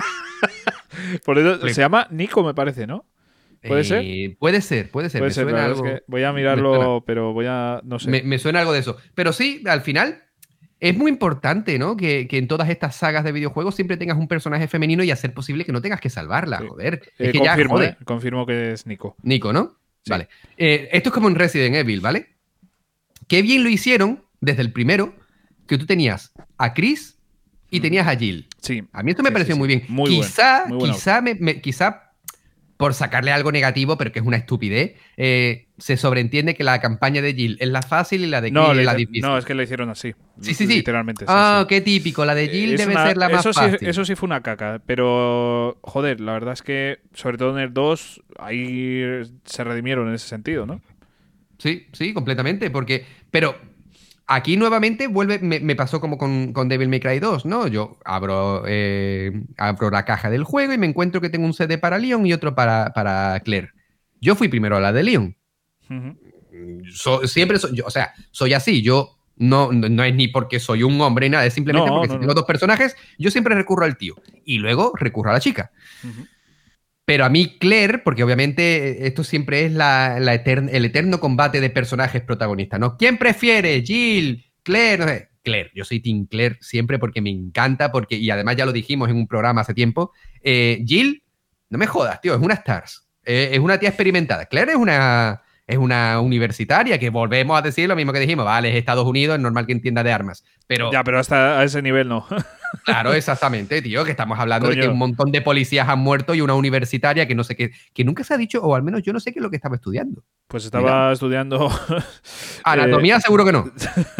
Por eso Flip. se llama Nico, me parece, ¿no? ¿Puede ser? Eh, puede ser, puede ser. Puede me ser, suena la verdad algo, es que voy a me mirarlo, suena. pero voy a. No sé. Me, me suena algo de eso. Pero sí, al final es muy importante, ¿no? Que, que en todas estas sagas de videojuegos siempre tengas un personaje femenino y hacer posible que no tengas que salvarla, Sí. joder. Eh, Es que confirmo, ya, joder. eh, confirmo que es Nico. Nico, ¿no? Sí. Vale. Eh, esto es como en Resident Evil, ¿vale? Qué bien lo hicieron desde el primero, que tú tenías a Chris y tenías a Jill. Sí. A mí esto me Sí, pareció sí, sí. muy bien. Muy quizá, bueno, muy bueno. quizá, me, me- quizá por sacarle algo negativo, pero que es una estupidez, eh, se sobreentiende que la campaña de Jill es la fácil y la de Chris No, es le la hice- difícil. no, es que le hicieron así. Sí, sí, sí. Literalmente. Sí, ah, sí. qué típico. La de Jill Es debe una- ser la más eso sí, fácil. eso sí fue una caca, pero joder, la verdad es que sobre todo en el dos ahí se redimieron en ese sentido, ¿no? Sí, sí, completamente. Porque. Pero aquí nuevamente vuelve. Me, me pasó como con, con Devil May Cry dos, ¿no? Yo abro, eh, abro la caja del juego y me encuentro que tengo un C D para Leon y otro para, para Claire. Yo fui primero a la de Leon. Ujú. So- siempre soy yo, o sea, soy así. Yo no, no, no es ni porque soy un hombre ni nada, es simplemente No, porque no, si tengo no. dos personajes, yo siempre recurro al tío y luego recurro a la chica. Ujú. Pero a mí Claire, porque obviamente esto siempre es la, la etern- el eterno combate de personajes protagonistas, ¿no? ¿Quién prefiere? Jill, Claire, no sé. Claire, yo soy Team Claire siempre porque me encanta, porque, y además ya lo dijimos en un programa hace tiempo, eh, Jill, no me jodas, tío, es una Stars, eh, es una tía experimentada. Claire es una, es una universitaria que volvemos a decir lo mismo que dijimos, vale, es Estados Unidos, es normal que entienda de armas, pero Ya, pero hasta a ese nivel no. claro, exactamente, tío, que estamos hablando de Coño. que un montón de policías han muerto y una universitaria que no sé qué, que nunca se ha dicho, o al menos yo no sé qué es lo que estaba estudiando. Pues estaba estudiando. Anatomía eh, seguro que no.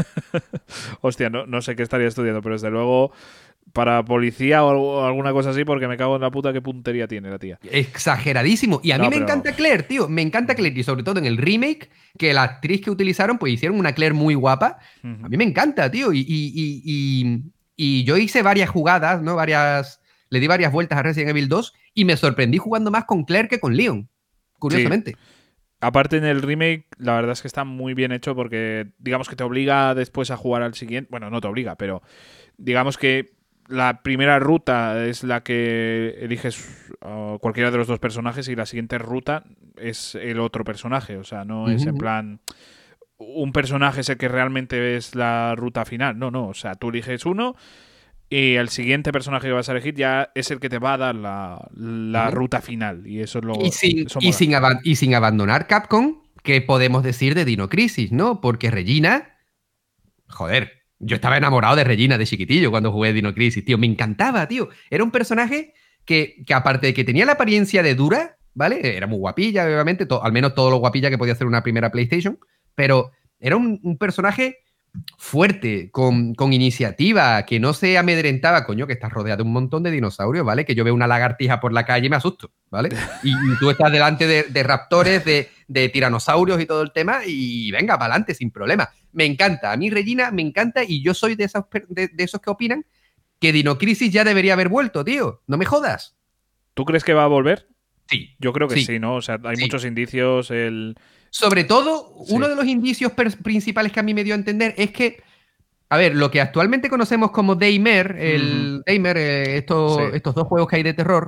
Hostia, no, no sé qué estaría estudiando, pero desde luego para policía o algo- alguna cosa así, porque me cago en la puta qué puntería tiene la tía. Exageradísimo. Y a mí No, me pero- encanta Claire, tío. Me encanta Claire. Y sobre todo en el remake, que la actriz que utilizaron, pues hicieron una Claire muy guapa. Ujú. A mí me encanta, tío. Y, y- y- y- y yo hice varias jugadas, ¿no? Varias. Le di varias vueltas a Resident Evil dos y me sorprendí jugando más con Claire que con Leon. Curiosamente. Aparte en el remake, la verdad es que está muy bien hecho porque digamos que te obliga después a jugar al siguiente. Bueno, no te obliga, pero digamos que la primera ruta es la que eliges uh, cualquiera de los dos personajes y la siguiente ruta es el otro personaje. O sea, no es en Ujú. plan un personaje es el que realmente es la ruta final. No, no. O sea, tú eliges uno y el siguiente personaje que vas a elegir ya es el que te va a dar la, la Ujú. ruta final. Y eso es lo Y sin, eso y, mola. sin aban- y sin abandonar Capcom, ¿qué podemos decir de Dino Crisis, no? Porque Regina. Joder, yo estaba enamorado de Regina de chiquitillo cuando jugué Dino Crisis, tío. Me encantaba, tío. Era un personaje que, que aparte de que tenía la apariencia de dura, ¿vale? Era muy guapilla, obviamente, to- al menos todo lo guapilla que podía hacer una primera PlayStation, pero era un, un personaje fuerte, con, con iniciativa, que no se amedrentaba, coño, que estás rodeado de un montón de dinosaurios, ¿vale? Que yo veo una lagartija por la calle y me asusto, ¿vale? Y, y tú estás delante de, de raptores, de, de tiranosaurios y todo el tema, y venga, para adelante, sin problema. Me encanta, a mí Regina me encanta y yo soy de esos, per- de, de esos que opinan que Dino Crisis ya debería haber vuelto, tío. No me jodas. ¿Tú crees que va a volver? Sí. Yo creo que sí, Sí. ¿no? O sea, hay Sí. muchos indicios. El... Sobre todo, Sí. uno de los indicios per- principales que a mí me dio a entender es que, a ver, lo que actualmente conocemos como Daymare, el Daymare, eh, estos, Sí. estos dos juegos que hay de terror,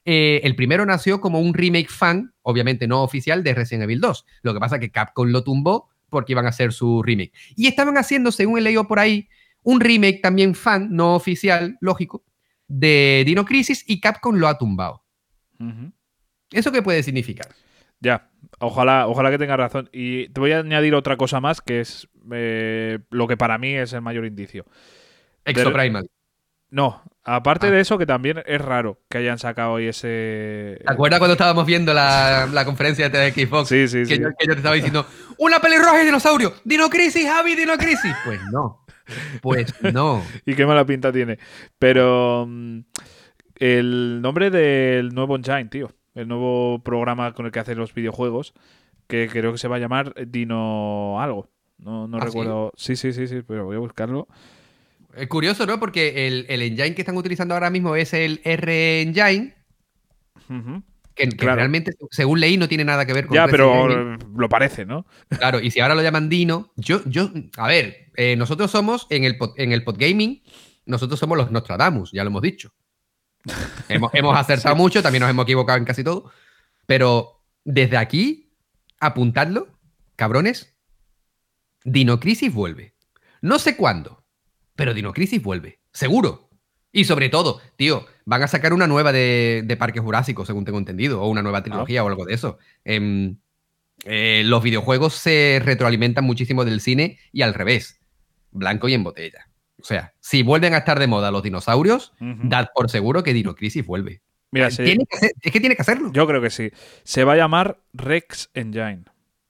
eh, el primero nació como un remake fan, obviamente no oficial, de Resident Evil dos. Lo que pasa es que Capcom lo tumbó porque iban a hacer su remake. Y estaban haciendo, según he leído por ahí, un remake también fan, no oficial, lógico, de Dino Crisis, y Capcom lo ha tumbado. Uh-huh. ¿Eso qué puede significar? Ya, ojalá, ojalá que tenga razón. Y te voy a añadir otra cosa más, que es eh, lo que para mí es el mayor indicio. Exoprimal. De... No, aparte ah. de eso, que también es raro que hayan sacado hoy ese... ¿Te acuerdas cuando estábamos viendo la, la conferencia de Xbox? Sí, sí, que sí. Yo, que yo te estaba diciendo, ¡una pelirroja y dinosaurio! ¡Dino Crisis, Javi, Dino Crisis! Pues no. Pues no. Y qué mala pinta tiene. Pero um, el nombre del nuevo engine, tío. El nuevo programa con el que hacen los videojuegos, que creo que se va a llamar Dino algo. No, no ¿Ah, recuerdo. Sí? sí, sí, sí, sí, pero voy a buscarlo. Es curioso, ¿no? Porque el, el engine que están utilizando ahora mismo es el R Engine, Uh-huh. que, que Claro. realmente, según leí, no tiene nada que ver con Ya, Resident pero Evil. lo parece, ¿no? Claro, y si ahora lo llaman Dino, yo, yo, a ver, eh, nosotros somos en el, pod, en el podgaming, nosotros somos los Nostradamus, ya lo hemos dicho. hemos, hemos acertado Sí. mucho, también nos hemos equivocado en casi todo, pero desde aquí, apuntadlo, cabrones, Dino Crisis vuelve. No sé cuándo, pero Dino Crisis vuelve, seguro. Y sobre todo, tío, van a sacar una nueva de, de Parque Jurásico, según tengo entendido, o una nueva trilogía Ah. o algo de eso. Eh, eh, los videojuegos se retroalimentan muchísimo del cine y al revés, blanco y en botella. O sea, si vuelven a estar de moda los dinosaurios, Uh-huh. dad por seguro que Dino Crisis vuelve. Mira, Eh, se- tiene que hacer- es que tiene que hacerlo. yo creo que sí. Se va a llamar Rex Engine.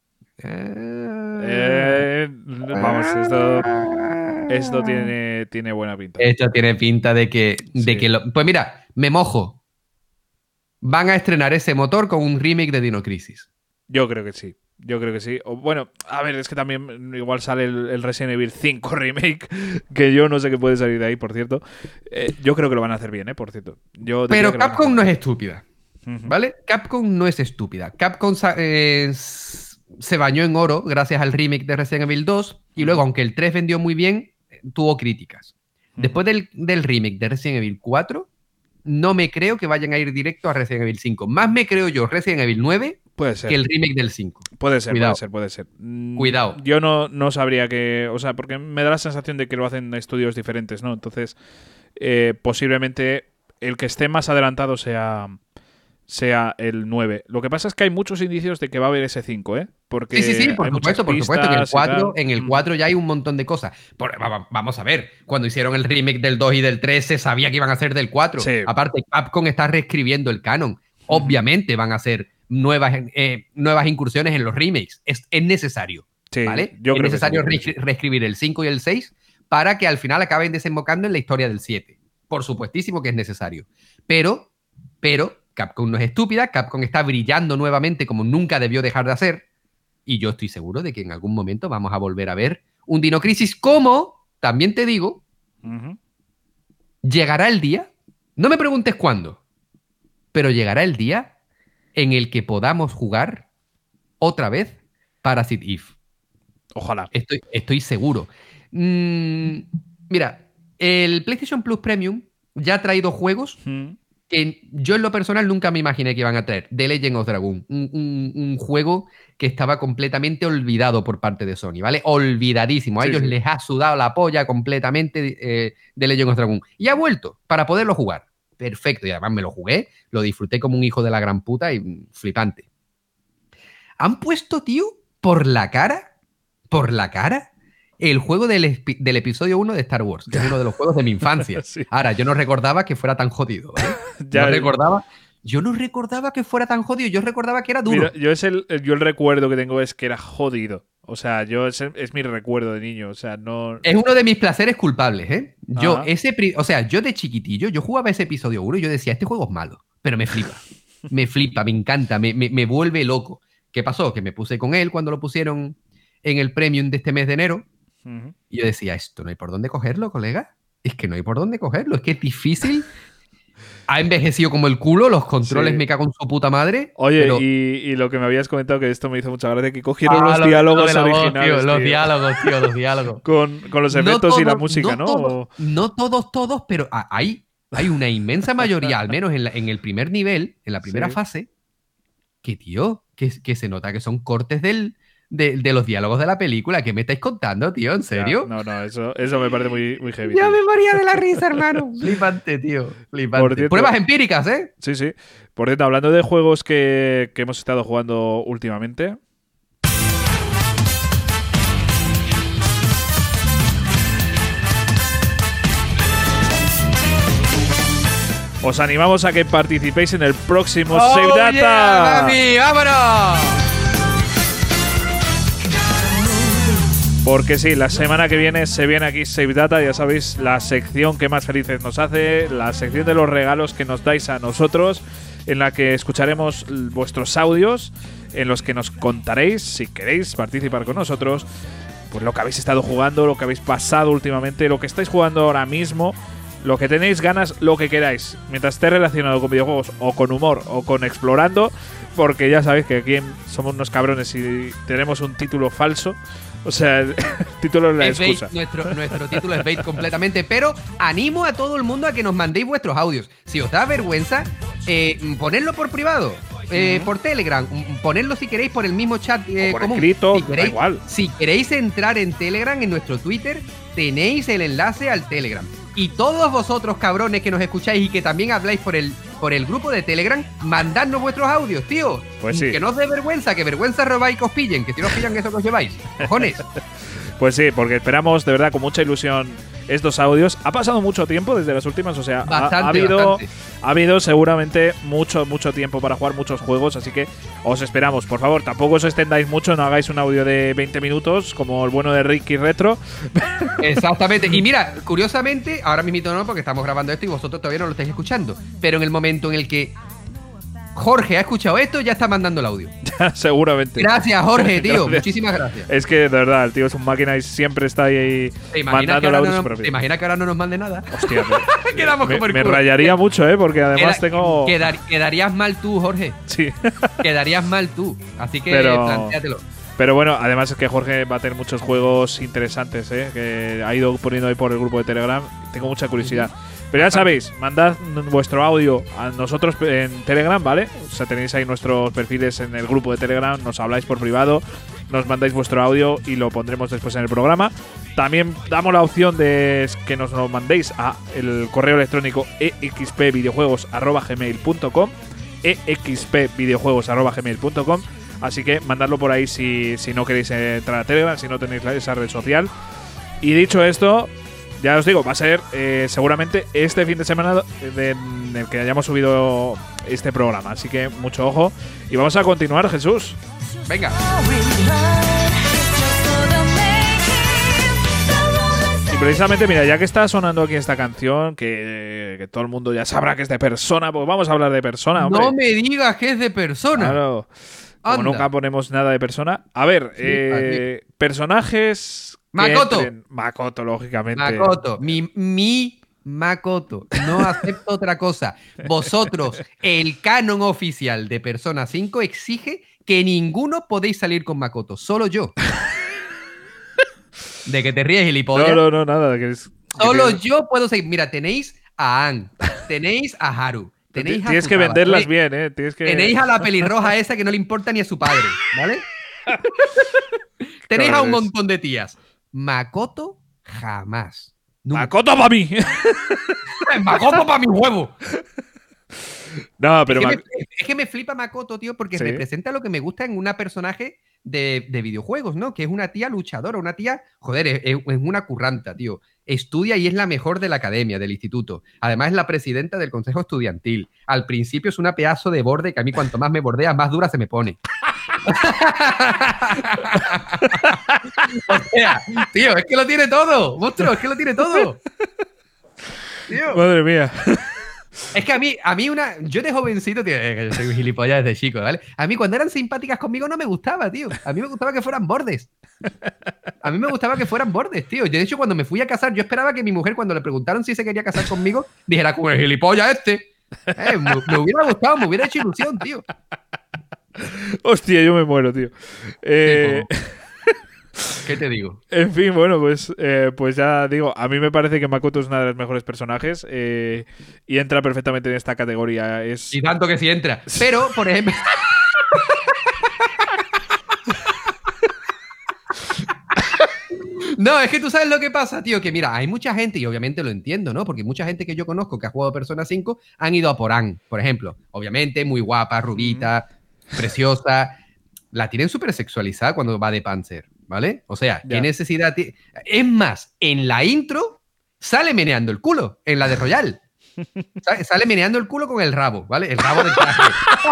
Eh, Eh, vamos, esto, esto tiene, tiene buena pinta. Esto tiene pinta de que, de Sí. que lo... Pues mira, me mojo. Van a estrenar ese motor con un remake de Dino Crisis. Yo creo que sí. Yo creo que sí. O, bueno, a ver, es que también igual sale el, el Resident Evil cinco Remake, que yo no sé qué puede salir de ahí, por cierto. Eh, yo creo que lo van a hacer bien, ¿eh? Por cierto. Yo diría Pero que lo van a Capcom no hacer es estúpida, bien. Ujú. ¿vale? Capcom no es estúpida. Capcom sa- eh, s- se bañó en oro gracias al remake de Resident Evil dos y luego, aunque el tres vendió muy bien, eh, tuvo críticas. Después del, del remake de Resident Evil cuatro, no me creo que vayan a ir directo a Resident Evil cinco. Más me creo yo Resident Evil nueve Puede ser. que el remake del cinco. Puede ser, Cuidado. puede ser, puede ser. Mm, Cuidado. Yo no, no sabría que... O sea, porque me da la sensación de que lo hacen estudios diferentes, ¿no? Entonces, eh, posiblemente el que esté más adelantado sea, sea el nueve. Lo que pasa es que hay muchos indicios de que va a haber ese cinco, ¿eh? Porque Sí, sí, sí, por hay muchas supuesto, por supuesto. En el pistas y cuatro, tal. en el Mm. cuatro ya hay un montón de cosas. Por- va- va- vamos a ver, cuando hicieron el remake del dos y del tres, se sabía que iban a hacer del cuatro. Sí. Aparte, Capcom está reescribiendo el canon. Obviamente van a hacer nuevas, eh, nuevas incursiones en los remakes. Es, es necesario. Sí, ¿Vale? yo es creo que necesario sí, yo creo que reescri- reescribir el cinco y el seis para que al final acaben desembocando en la historia del siete. Por supuestísimo que es necesario. Pero, pero, Capcom no es estúpida, Capcom está brillando nuevamente como nunca debió dejar de hacer, y yo estoy seguro de que en algún momento vamos a volver a ver un Dino Crisis como, también te digo, Ujú. llegará el día, no me preguntes cuándo, pero llegará el día en el que podamos jugar otra vez Parasite Eve. Ojalá. Estoy, estoy seguro. Mm, mira, el PlayStation Plus Premium ya ha traído juegos Mm. que yo en lo personal nunca me imaginé que iban a traer. The Legend of Dragoon, un, un- un juego que estaba completamente olvidado por parte de Sony, ¿vale? Olvidadísimo. A Sí, ellos sí. les ha sudado la polla completamente eh, The Legend of Dragoon. Y ha vuelto para poderlo jugar. Perfecto. Y además me lo jugué, lo disfruté como un hijo de la gran puta y mm, flipante. Han puesto, tío, por la cara, por la cara, el juego del, espi- del episodio uno de Star Wars, que es uno de los juegos de mi infancia. Sí. Ahora, yo no recordaba que fuera tan jodido, ¿vale? Ya- no recordaba, yo no recordaba que fuera tan jodido, yo recordaba que era duro. Mira, yo, es el, el- yo el recuerdo que tengo es que era jodido. O sea, yo es, es mi recuerdo de niño. O sea, no. Es uno de mis placeres culpables, ¿eh? Yo, Ajá. ese, pri- o sea, yo de chiquitillo, yo jugaba ese episodio uno y yo decía, este juego es malo, pero me flipa, me flipa, me encanta, me, me, me vuelve loco. ¿Qué pasó? Que me puse con él cuando lo pusieron en el premium de este mes de enero Ujú. y yo decía, esto no hay por dónde cogerlo, colega. Es que no hay por dónde cogerlo, es que es difícil. Ha envejecido como el culo, los controles Sí. me cago en su puta madre. Oye, pero... y, y lo que me habías comentado, que esto me hizo mucha gracia, que cogieron Ah, los lo- diálogos lo de la voz, originales. tío, los tío, diálogos, tío, los diálogos. Con, con los No efectos y la todos- música, no ¿no? Todos, O- no todos, todos, pero a- hay, hay una inmensa mayoría, al menos en, la, en el primer nivel, en la primera Sí. fase, que, tío, que, que se nota que son cortes del, de, de los diálogos de la película. ¿Qué me estáis contando, tío? ¿En serio? Ya, no, no, eso, eso me parece muy, muy heavy. Ya tío. me moría de la risa, hermano. Flipante, tío. Flipante. Por cierto- Pruebas empíricas, ¿eh? Sí, sí. Por cierto, hablando de juegos que, que hemos estado jugando últimamente. Os animamos a que participéis en el próximo Save ¡Oh, Data. yeah, mami! ¡Vámonos! Porque sí, la semana que viene se viene aquí Save Data, ya sabéis, la sección que más felices nos hace, la sección de los regalos que nos dais a nosotros, en la que escucharemos l- vuestros audios, en los que nos contaréis, si queréis participar con nosotros, pues lo que habéis estado jugando, lo que habéis pasado últimamente, lo que estáis jugando ahora mismo, lo que tenéis ganas, lo que queráis, mientras esté relacionado con videojuegos o con humor o con explorando, porque ya sabéis que aquí en- somos unos cabrones y tenemos un título falso. O sea, el título es la Es bait, excusa. nuestro, nuestro título es bait completamente, pero animo a todo el mundo a que nos mandéis vuestros audios. Si os da vergüenza, eh, ponedlo por privado, eh, por Telegram, mm, ponedlo si queréis por el mismo chat eh, O por común. escrito, si da queréis, igual. Si queréis entrar en Telegram, en nuestro Twitter, tenéis el enlace al Telegram. Y todos vosotros, cabrones, que nos escucháis y que también habláis por el, por el grupo de Telegram, mandadnos vuestros audios, tío. Pues sí. Que no os dé vergüenza, que vergüenza robáis que os pillen, que si no os pillan eso que os lleváis. Cojones. Pues sí, porque esperamos de verdad con mucha ilusión estos audios. Ha pasado mucho tiempo desde las últimas, o sea, ha- Bastante, ha, habido, bastante. ha habido seguramente mucho, mucho tiempo para jugar muchos juegos, así que os esperamos. Por favor, tampoco os extendáis mucho, no hagáis un audio de veinte minutos como el bueno de Ricky Retro. Exactamente. Y mira, curiosamente, ahora mismo no, porque estamos grabando esto y vosotros todavía no lo estáis escuchando. Pero en el momento en el que Jorge ha escuchado esto, ya está mandando el audio. Seguramente. Gracias, Jorge, tío. Gracias. Muchísimas gracias. Es que de verdad, el tío es un máquina y siempre está ahí ¿Te imaginas, mandando que el ahora audio no, súper nos- ¿Te bien. imaginas que ahora no nos mande nada? Hostia, me, Quedamos me- como el me culo. rayaría mucho, ¿eh? Porque además Queda- tengo… quedar- quedarías mal tú, Jorge. Sí. Quedarías mal tú. Así que Pero- plantéatelo. Pero bueno, además es que Jorge va a tener muchos juegos interesantes, ¿eh? Que ha ido poniendo ahí por el grupo de Telegram. Tengo mucha curiosidad. Pero ya sabéis, mandad vuestro audio a nosotros en Telegram, ¿vale? O sea, tenéis ahí nuestros perfiles en el grupo de Telegram, nos habláis por privado, nos mandáis vuestro audio y lo pondremos después en el programa. También damos la opción de que nos lo mandéis a el correo electrónico e x p videojuegos arroba gmail punto com e x p videojuegos arroba gmail punto com. Así que mandadlo por ahí si, si no queréis entrar a Telegram, si no tenéis la- esa red social. Y dicho esto, ya os digo, va a ser eh, seguramente este fin de semana de- en el que hayamos subido este programa. Así que mucho ojo. Y vamos a continuar, Jesús. Venga. Y precisamente, mira, ya que está sonando aquí esta canción, que, que todo el mundo ya sabrá que es de Persona, pues vamos a hablar de Persona, hombre. No me digas que es de persona. Claro. Como Anda. nunca ponemos nada de Persona. A ver, Sí, eh, personajes… que Makoto. entren- Makoto, lógicamente. Makoto, mi, mi Makoto. No acepto otra cosa. Vosotros, el canon oficial de Persona cinco exige que ninguno podéis salir con Makoto, solo yo. De que te ríes, gilipollas. No, no, no, nada. Que es, que Solo tienes- yo puedo seguir. Mira, tenéis a Ann, tenéis a Haru, tenéis a Tienes que Futaba, venderlas tenéis- bien, ¿eh? Tienes que… Tenéis a la pelirroja esa que no le importa ni a su padre, ¿vale? Tenéis a un Cabrones. montón de tías. Makoto, jamás. Nunca. ¡Makoto para mí! Makoto para mi huevo. No, pero… es, que Mak- me, es que me flipa Makoto, tío, porque Sí. representa lo que me gusta en una personaje de, de videojuegos, ¿no? Que es una tía luchadora, una tía, joder, es, es una curranta, tío. Estudia y es la mejor de la academia, del instituto. Además es la presidenta del consejo estudiantil. Al principio es una pedazo de borde que a mí cuanto más me bordea, más dura se me pone. O sea, tío, es que lo tiene todo, monstruo, es que lo tiene todo. Tío. Madre mía. Es que a mí, a mí una. Yo de jovencito, tío, eh, que yo soy un gilipollas desde chico, ¿vale? A mí cuando eran simpáticas conmigo no me gustaba, tío. A mí me gustaba que fueran bordes. A mí me gustaba que fueran bordes, tío. Yo, de hecho, cuando me fui a casar, yo esperaba que mi mujer, cuando le preguntaron si se quería casar conmigo, dijera, con el gilipollas este. Eh, me, me hubiera gustado, me hubiera hecho ilusión, tío. Hostia, yo me muero, tío. Eh, ¿Qué te digo? En fin, bueno, pues, eh, pues ya digo, a mí me parece que Makoto es una de las mejores personajes eh, y entra perfectamente en esta categoría. Es... Y tanto que sí entra. Pero, por ejemplo... No, es que tú sabes lo que pasa, tío, que mira, hay mucha gente, y obviamente lo entiendo, ¿no? Porque mucha gente que yo conozco que ha jugado Persona cinco han ido a por Ann, por ejemplo. Obviamente, muy guapa, rubita, preciosa. La tienen súper sexualizada cuando va de Panzer, ¿vale? O sea, ¿qué Ya. necesidad tiene? Es más, en la intro sale meneando el culo, en la de Royal. Sale, sale meneando el culo con el rabo, ¿vale? El rabo del traje.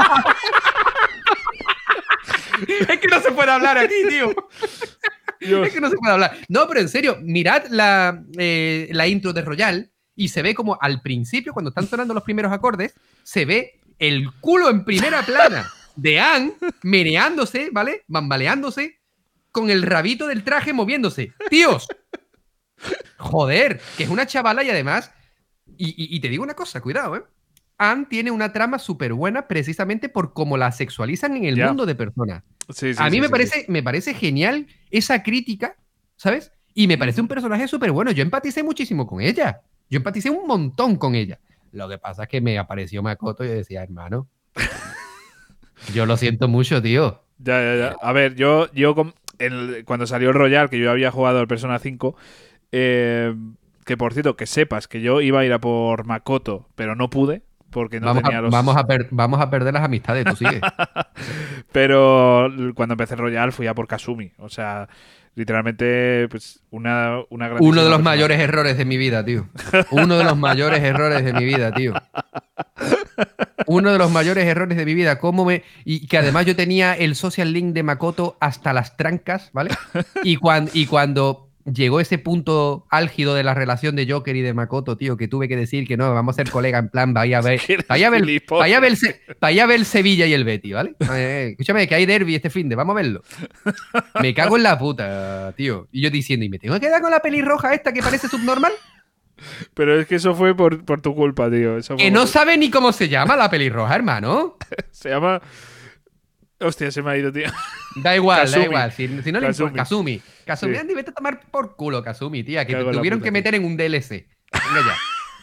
Es que no se puede hablar aquí, tío. Dios. Es que no se puede hablar. No, pero en serio, mirad la, eh, la intro de Royal y se ve como al principio, cuando están sonando los primeros acordes, se ve el culo en primera plana de Anne meneándose, ¿vale? Bambaleándose con el rabito del traje moviéndose. ¡Tíos! Joder, que es una chavala y además... Y, y, y te digo una cosa, cuidado, ¿eh? Anne tiene una trama súper buena precisamente por cómo la sexualizan en el Ya. mundo de Persona. Sí, sí, A mí sí, me, sí, parece, sí. me parece genial esa crítica, ¿sabes? Y me parece un personaje súper bueno. Yo empaticé muchísimo con ella. Yo empaticé un montón con ella. Lo que pasa es que me apareció Makoto y yo decía, hermano, yo lo siento mucho, tío. Ya, ya, ya. A ver, yo, yo com- el- cuando salió el Royal, que yo había jugado al Persona cinco, eh, que por cierto, que sepas que yo iba a ir a por Makoto, pero no pude, porque no vamos, tenía a, los... vamos, a per- vamos a perder las amistades, tú sigue. Pero cuando empecé el Royal fui a por Kasumi. O sea, literalmente, pues, una, una Uno grandísima de los persona. mayores errores de mi vida, tío. Uno de los mayores errores de mi vida, tío. Uno de los mayores errores de mi vida. ¿Cómo me... Y que además yo tenía el social link de Makoto hasta las trancas, ¿vale? Y, cuan- y cuando llegó ese punto álgido de la relación de Joker y de Makoto, tío, que tuve que decir que no, vamos a ser colega en plan, vaya a ver, que eres vaya a ver, gilipollas. vaya a ver, el Se- vaya a ver el Sevilla y el Betis, ¿vale? Eh, escúchame, que hay derbi este fin de, vamos a verlo. Me cago en la puta, tío. Y yo diciendo, ¿y me tengo que quedar con la pelirroja esta que parece subnormal? Pero es que eso fue por, por tu culpa, tío. Eso fue Que no por- sabe ni cómo se llama la pelirroja, hermano. Se llama... Hostia, se me ha ido, tío. Da igual, Kasumi. da igual. Si, si no le Kasumi. importa. Kasumi. Kasumi, Sí. Andy, vete a tomar por culo, Kasumi, tía. Que Cago te en la tuvieron puta, que tío. meter en un D L C. Venga ya.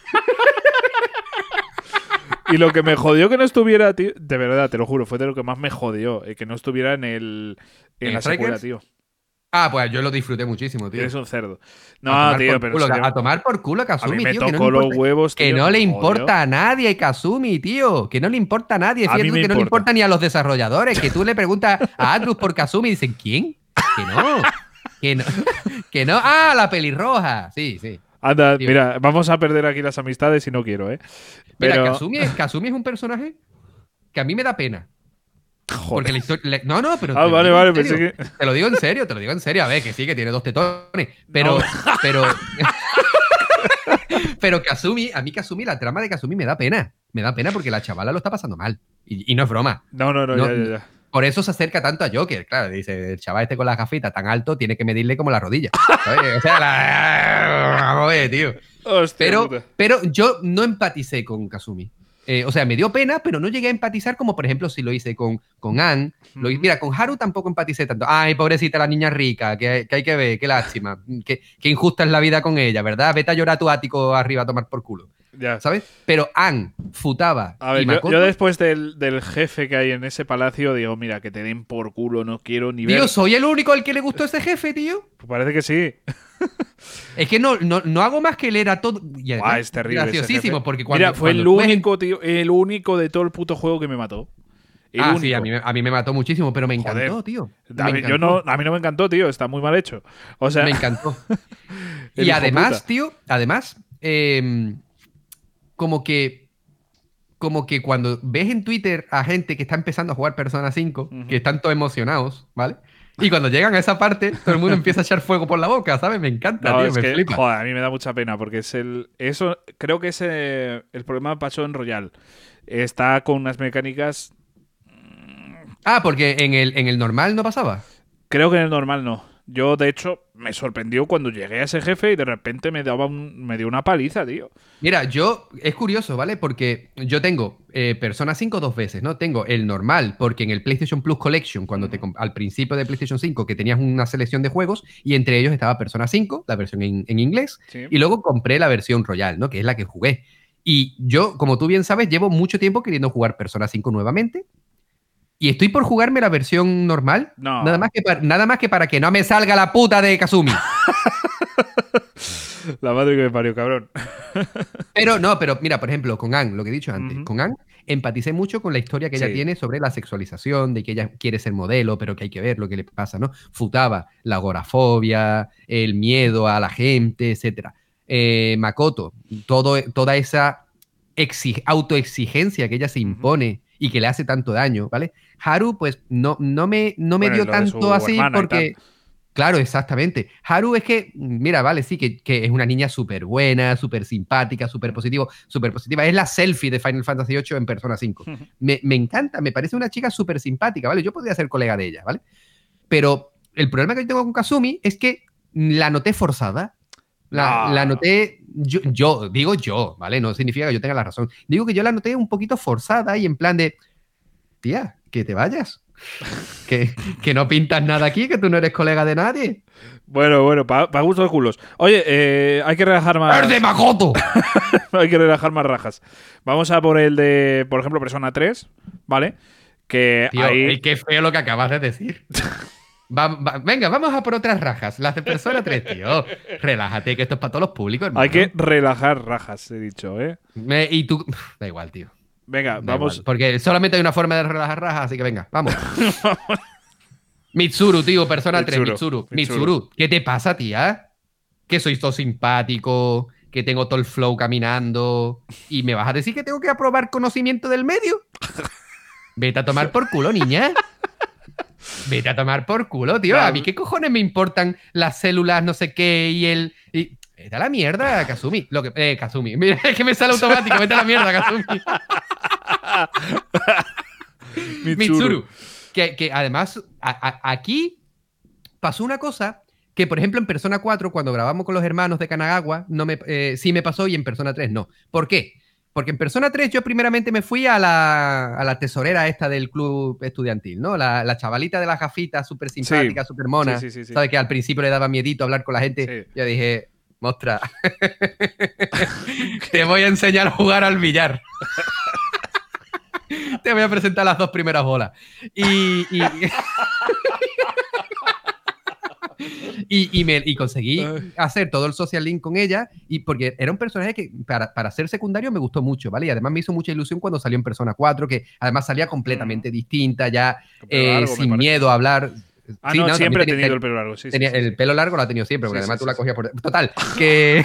Y lo que me jodió que no estuviera, tío, de verdad, te lo juro, fue de lo que más me jodió, eh, que no estuviera en el en ¿En la secuela, Strikers? tío. Ah, pues yo lo disfruté muchísimo, tío. Eres un cerdo. A No, tomar tío, por pero culo, en serio, a tomar por culo a a Kasumi, mí me tío. Que no tocó le los importa, huevos, que tío, no me le jodió. importa a nadie a Kasumi, tío. Que no le importa a nadie. A mí Fíjate tú me que no le importa. importa ni a los desarrolladores. Que tú le preguntas a Atlus por Kasumi y dicen, ¿quién? Que no. Que no. Que no. Ah, la pelirroja. Sí, sí. Anda, Tío. mira, vamos a perder aquí las amistades y no quiero, ¿eh? Mira, Pero, Kasumi, es- Kasumi es un personaje que a mí me da pena. joder. Porque la historia. le- No, no, pero. Ah, te lo vale, digo en vale, serio. pensé que... Te lo digo en serio, te lo digo en serio. A ver, que sí, que tiene dos tetones. Pero. No. Pero. Pero Kasumi, a mí Kasumi, la trama de Kasumi me da pena. Me da pena porque la chavala lo está pasando mal. Y, y no es broma. No, no, no, No, ya, ya, ya. Por eso se acerca tanto a Joker. Claro, dice, el chaval este con las gafitas tan alto tiene que medirle como la rodilla. ¿Sabes? O sea, la... Vamos a ver, tío. Hostia Pero, puta. pero yo no empaticé con Kasumi. Eh, o sea, me dio pena, pero no llegué a empatizar como, por ejemplo, si lo hice con, con Anne. Lo hi- Ujú. mira, con Haru tampoco empaticé tanto. Ay, pobrecita la niña rica, que, que hay que ver, qué lástima. Qué, qué injusta es la vida con ella, ¿verdad? Vete a llorar a tu ático arriba a tomar por culo. Ya. ¿Sabes? Pero Anne, Futaba A ver, y yo, Makoto... yo después del, del jefe que hay en ese palacio digo, mira, que te den por culo, no quiero ni ver. Tío, ¿soy el único al que le gustó ese jefe, tío? Pues parece que sí. Es que no, no, no hago más que leer a todo. Y además, Buah, es terrible. ese graciosísimo, jefe. porque cuando. Mira, fue cuando el tú ves en- único, tío, el único de todo el puto juego que me mató. El Ah, único. sí, a mí, me- a mí me mató muchísimo, pero me Joder. encantó, tío. Me A mí, yo encantó. no, a mí no me encantó, tío. Está muy mal hecho. O sea, Me encantó. El Y hijo además, puta. tío, además, eh, como que. Como que cuando ves en Twitter a gente que está empezando a jugar Persona cinco, Ujú. que están todos emocionados, ¿vale? Y cuando llegan a esa parte, todo el mundo empieza a echar fuego por la boca, ¿sabes? Me encanta, no, tío, es me que, flipa. joder, a mí me da mucha pena porque es el. Eso, creo que ese. El problema pasó en Royal. Está con unas mecánicas. Ah, porque en el, en el normal no pasaba. Creo que en el normal no. Yo, de hecho, me sorprendió cuando llegué a ese jefe y de repente me daba un, me dio una paliza, tío. Mira, yo, es curioso, ¿vale? Porque yo tengo eh, Persona cinco dos veces, ¿no? Tengo el normal, porque en el PlayStation Plus Collection, cuando te, al principio de PlayStation cinco, que tenías una selección de juegos, y entre ellos estaba Persona cinco, la versión en, en inglés, Sí. y luego compré la versión Royal, ¿no? Que es la que jugué. Y yo, como tú bien sabes, llevo mucho tiempo queriendo jugar Persona cinco nuevamente. Y estoy por jugarme la versión normal. No. Nada más que para, nada más que, para que no me salga la puta de Kazumi. La madre que me parió, cabrón. Pero no, pero mira, por ejemplo, con Anne, lo que he dicho antes, Uh-huh. con Anne empaticé mucho con la historia que ella Sí. tiene sobre la sexualización, de que ella quiere ser modelo, pero que hay que ver lo que le pasa, ¿no? Futaba, la agorafobia, el miedo a la gente, etcétera. Eh, Makoto, todo, toda esa exig- autoexigencia que ella se impone uh-huh. y que le hace tanto daño, ¿vale? Haru, pues no, no me, no me Bueno, dio lo de tanto su así hermana y porque... tal. Claro, exactamente. Haru es que, mira, vale, sí, que, que es una niña súper buena, súper simpática, súper positivo, súper positiva. Es la selfie de Final Fantasy ocho en Persona cinco. Me, me encanta, me parece una chica súper simpática, ¿vale? Yo podría ser colega de ella, ¿vale? Pero el problema que yo tengo con Kazumi es que la noté forzada. La, No. la noté, yo, yo, digo yo, ¿vale? No significa que yo tenga la razón. Digo que yo la noté un poquito forzada y en plan de, tía, que te vayas. Que, que no pintas nada aquí, que tú no eres colega de nadie. Bueno, bueno, para pa gusto de culos. Oye, eh, hay que relajar más. ¡Es de Makoto! Hay que relajar más rajas. Vamos a por el de, por ejemplo, Persona tres, ¿vale? Que Tío, ahí... ey, qué feo lo que acabas de decir. Va, va, venga, vamos a por otras rajas. Las de Persona tres, tío. Relájate, que esto es para todos los públicos, hermano. Hay que relajar rajas, he dicho, ¿eh? Me, y tú... Da igual, tío. Venga, Da vamos. igual, porque solamente hay una forma de relajar rajas, así que venga, vamos. Mitsuru, tío, Persona tres, Mitsuru. Mitsuru. Mitsuru, ¿qué te pasa, tía? Que soy todo simpático, que tengo todo el flow caminando, y me vas a decir que tengo que aprobar conocimiento del medio. Vete a tomar por culo, niña. Vete a tomar por culo, tío. A mí qué cojones me importan las células, no sé qué, y el... Y... Vete a la mierda, Kazumi. Lo que... Eh, Kazumi. Mira, es que me sale automático. Vete a la mierda, Kazumi. Mitsuru. Mitsuru. Que, que además, a, a, aquí pasó una cosa que, por ejemplo, en Persona cuatro, cuando grabamos con los hermanos de Kanagawa, no me, eh, sí me pasó y en Persona tres no. ¿Por qué? Porque en Persona tres yo primeramente me fui a la, a la tesorera esta del club estudiantil, ¿no? La, la chavalita de las gafitas, súper simpática, sí. súper mona. Sí, sí, sí, sí. ¿Sabes? Que al principio le daba miedito hablar con la gente. Sí. Yo dije, mostra, te voy a enseñar a jugar al billar. Te voy a presentar las dos primeras bolas. Y... y... Y, y, me, y conseguí hacer todo el social link con ella, y porque era un personaje que para, para ser secundario me gustó mucho, ¿vale? Y además me hizo mucha ilusión cuando salió en Persona cuatro, que además salía completamente mm. distinta, ya eh, largo, sin miedo a hablar. Ah, sí, no, no, siempre he tenido el pelo largo. Sí, tenía, sí, sí, el sí. pelo largo lo ha tenido siempre, porque sí, además sí, tú sí, la sí. cogías por... Total, que...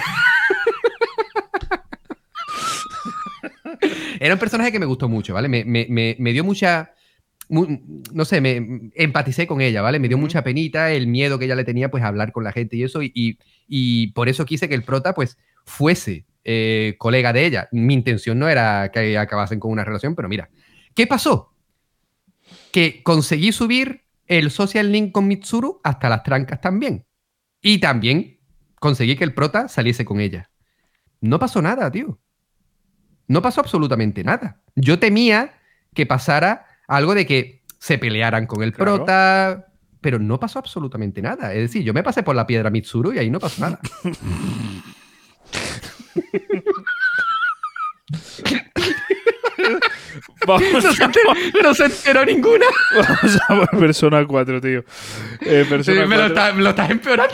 Era un personaje que me gustó mucho, ¿vale? Me, me, me, me dio mucha... no sé, me empaticé con ella, ¿vale? Me dio uh-huh. mucha penita el miedo que ella le tenía, pues, a hablar con la gente y eso, y, y, y por eso quise que el prota, pues, fuese eh, colega de ella. Mi intención no era que acabasen con una relación, pero mira, ¿qué pasó? Que conseguí subir el social link con Mitsuru hasta las trancas también. Y también conseguí que el prota saliese con ella. No pasó nada, tío. No pasó absolutamente nada. Yo temía que pasara algo de que se pelearan con el claro. prota, pero no pasó absolutamente nada. Es decir, yo me pasé por la piedra Mitsuru y ahí no pasó nada. Vamos no, se enteró, no se enteró ninguna. Vamos a por Persona cuatro, tío. Eh, Persona sí, me, cuatro. Lo está, me lo estás empeorando.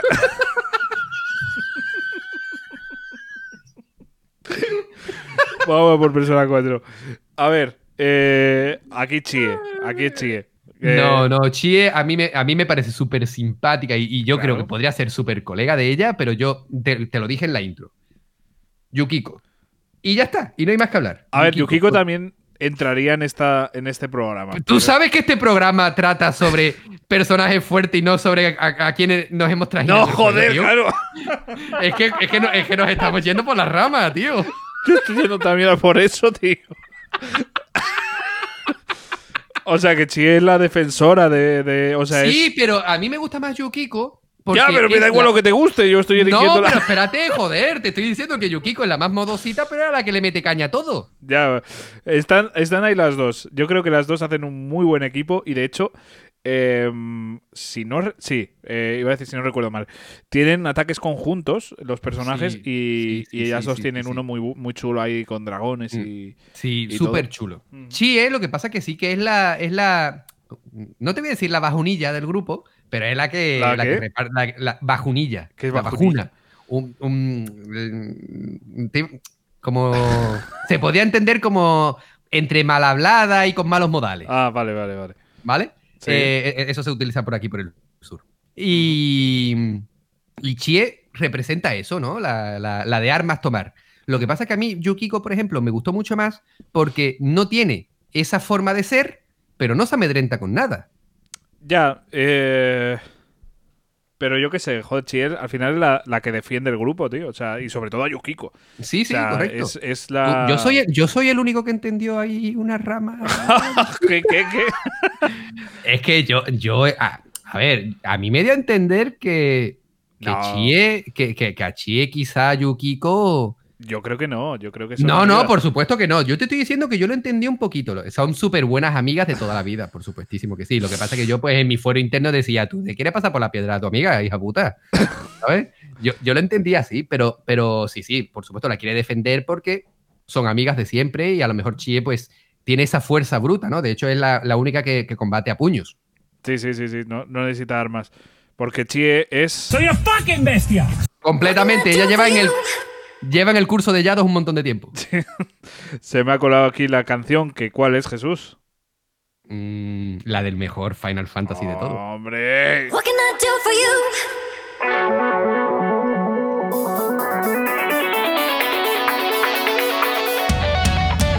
Vamos a por Persona cuatro. A ver, eh, aquí Chie. Aquí Chie. Eh, no, no, Chie a mí me, a mí me parece súper simpática y, y yo claro. creo que podría ser súper colega de ella, pero yo te, te lo dije en la intro. Yukiko. Y ya está, y no hay más que hablar. A ver, Yukiko, Yukiko también entraría en, esta, en este programa. Tú pero... sabes que este programa trata sobre personajes fuertes y no sobre a, a quienes nos hemos traído. No, joder, tío. Claro. Es que, es, que no, es que nos estamos yendo por las ramas, tío. Yo estoy yendo también por eso, tío. O sea, que Chie es la defensora de... de o sea, Sí, es... pero a mí me gusta más Yukiko. Ya, pero me da es igual la- lo que te guste, yo estoy eligiendo No, la... pero espérate, joder, te estoy diciendo que Yukiko es la más modosita, pero era la que le mete caña a todo. Ya, están, están ahí las dos. Yo creo que las dos hacen un muy buen equipo y de hecho, eh, si no, re- sí, eh, iba a decir si no recuerdo mal, tienen ataques conjuntos los personajes Sí, y, sí, sí, y ellas sí, dos sí, tienen sí, uno sí. muy, bu- muy chulo ahí con dragones Mm. y... Sí, y súper todo. chulo. Mm. Chie, lo que pasa que sí que es la, es la. No te voy a decir la bajunilla del grupo, pero es la que. ¿La La, qué? que repar- la, la bajunilla. ¿Qué es la bajunilla? bajuna. Un, un- te- como. Se podía entender como entre mal hablada y con malos modales. Ah, vale, vale, vale. ¿Vale? Sí. Eh, eh, eso se utiliza por aquí, por el sur. Y, y Chie representa eso, ¿no? La, la- la de armas tomar. Lo que pasa es que a mí Yukiko, por ejemplo, me gustó mucho más porque no tiene esa forma de ser, pero no se amedrenta con nada. Ya, eh... Pero yo qué sé, joder, Chie al final es la, la que defiende el grupo, tío. O sea, y sobre todo a Yukiko. Sí, sí, O sea, correcto. Es, es la... Yo soy, yo soy el único que entendió ahí una rama. ¿Qué, qué, qué? Es que yo, yo a, a ver, a mí me dio a entender que, que, No. Chie, que, que, que a Chie quizá Yukiko... Yo creo que no, yo creo que son No, no, amigas. por supuesto que no. Yo te estoy diciendo que yo lo entendí un poquito. Lo- Son súper buenas amigas de toda la vida, por supuestísimo que sí. Lo que pasa es que yo, pues, en mi fuero interno decía, tú, ¿te quieres pasar por la piedra a tu amiga, hija puta? ¿Sabes? Yo, yo lo entendí así, pero, pero sí, sí, por supuesto la quiere defender porque son amigas de siempre y a lo mejor Chie, pues, tiene esa fuerza bruta, ¿no? De hecho, es la, la única que, que combate a puños. Sí, sí, sí, sí, no, no necesita armas. Porque Chie es... ¡Soy una fucking bestia! Completamente. Ella lleva en el, lleva en el curso de Yados un montón de tiempo. Se me ha colado aquí la canción, que ¿cuál es, Jesús? Mm, la del mejor Final Fantasy de todo. ¡Hombre! What can I do for you? What can I do for you? What can I do for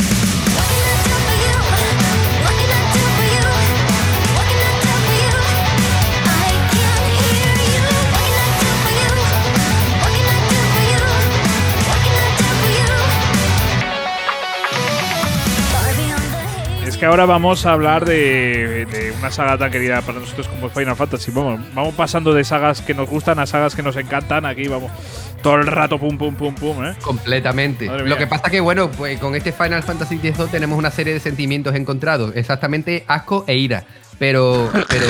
you? What can I do for you? I can't hear you. What can I do for you? What can I do for you? What can I do for you? Far beyond the haze. Es que ahora vamos a hablar de, de una saga tan querida para nosotros como Final Fantasy. Vamos, vamos pasando de sagas que nos gustan a sagas que nos encantan. Aquí vamos todo el rato pum, pum, pum, pum, ¿eh? Completamente. Madre mía. Lo que pasa que, bueno, pues con este Final Fantasy X dos tenemos una serie de sentimientos encontrados. Exactamente asco e ira. Pero. Pero.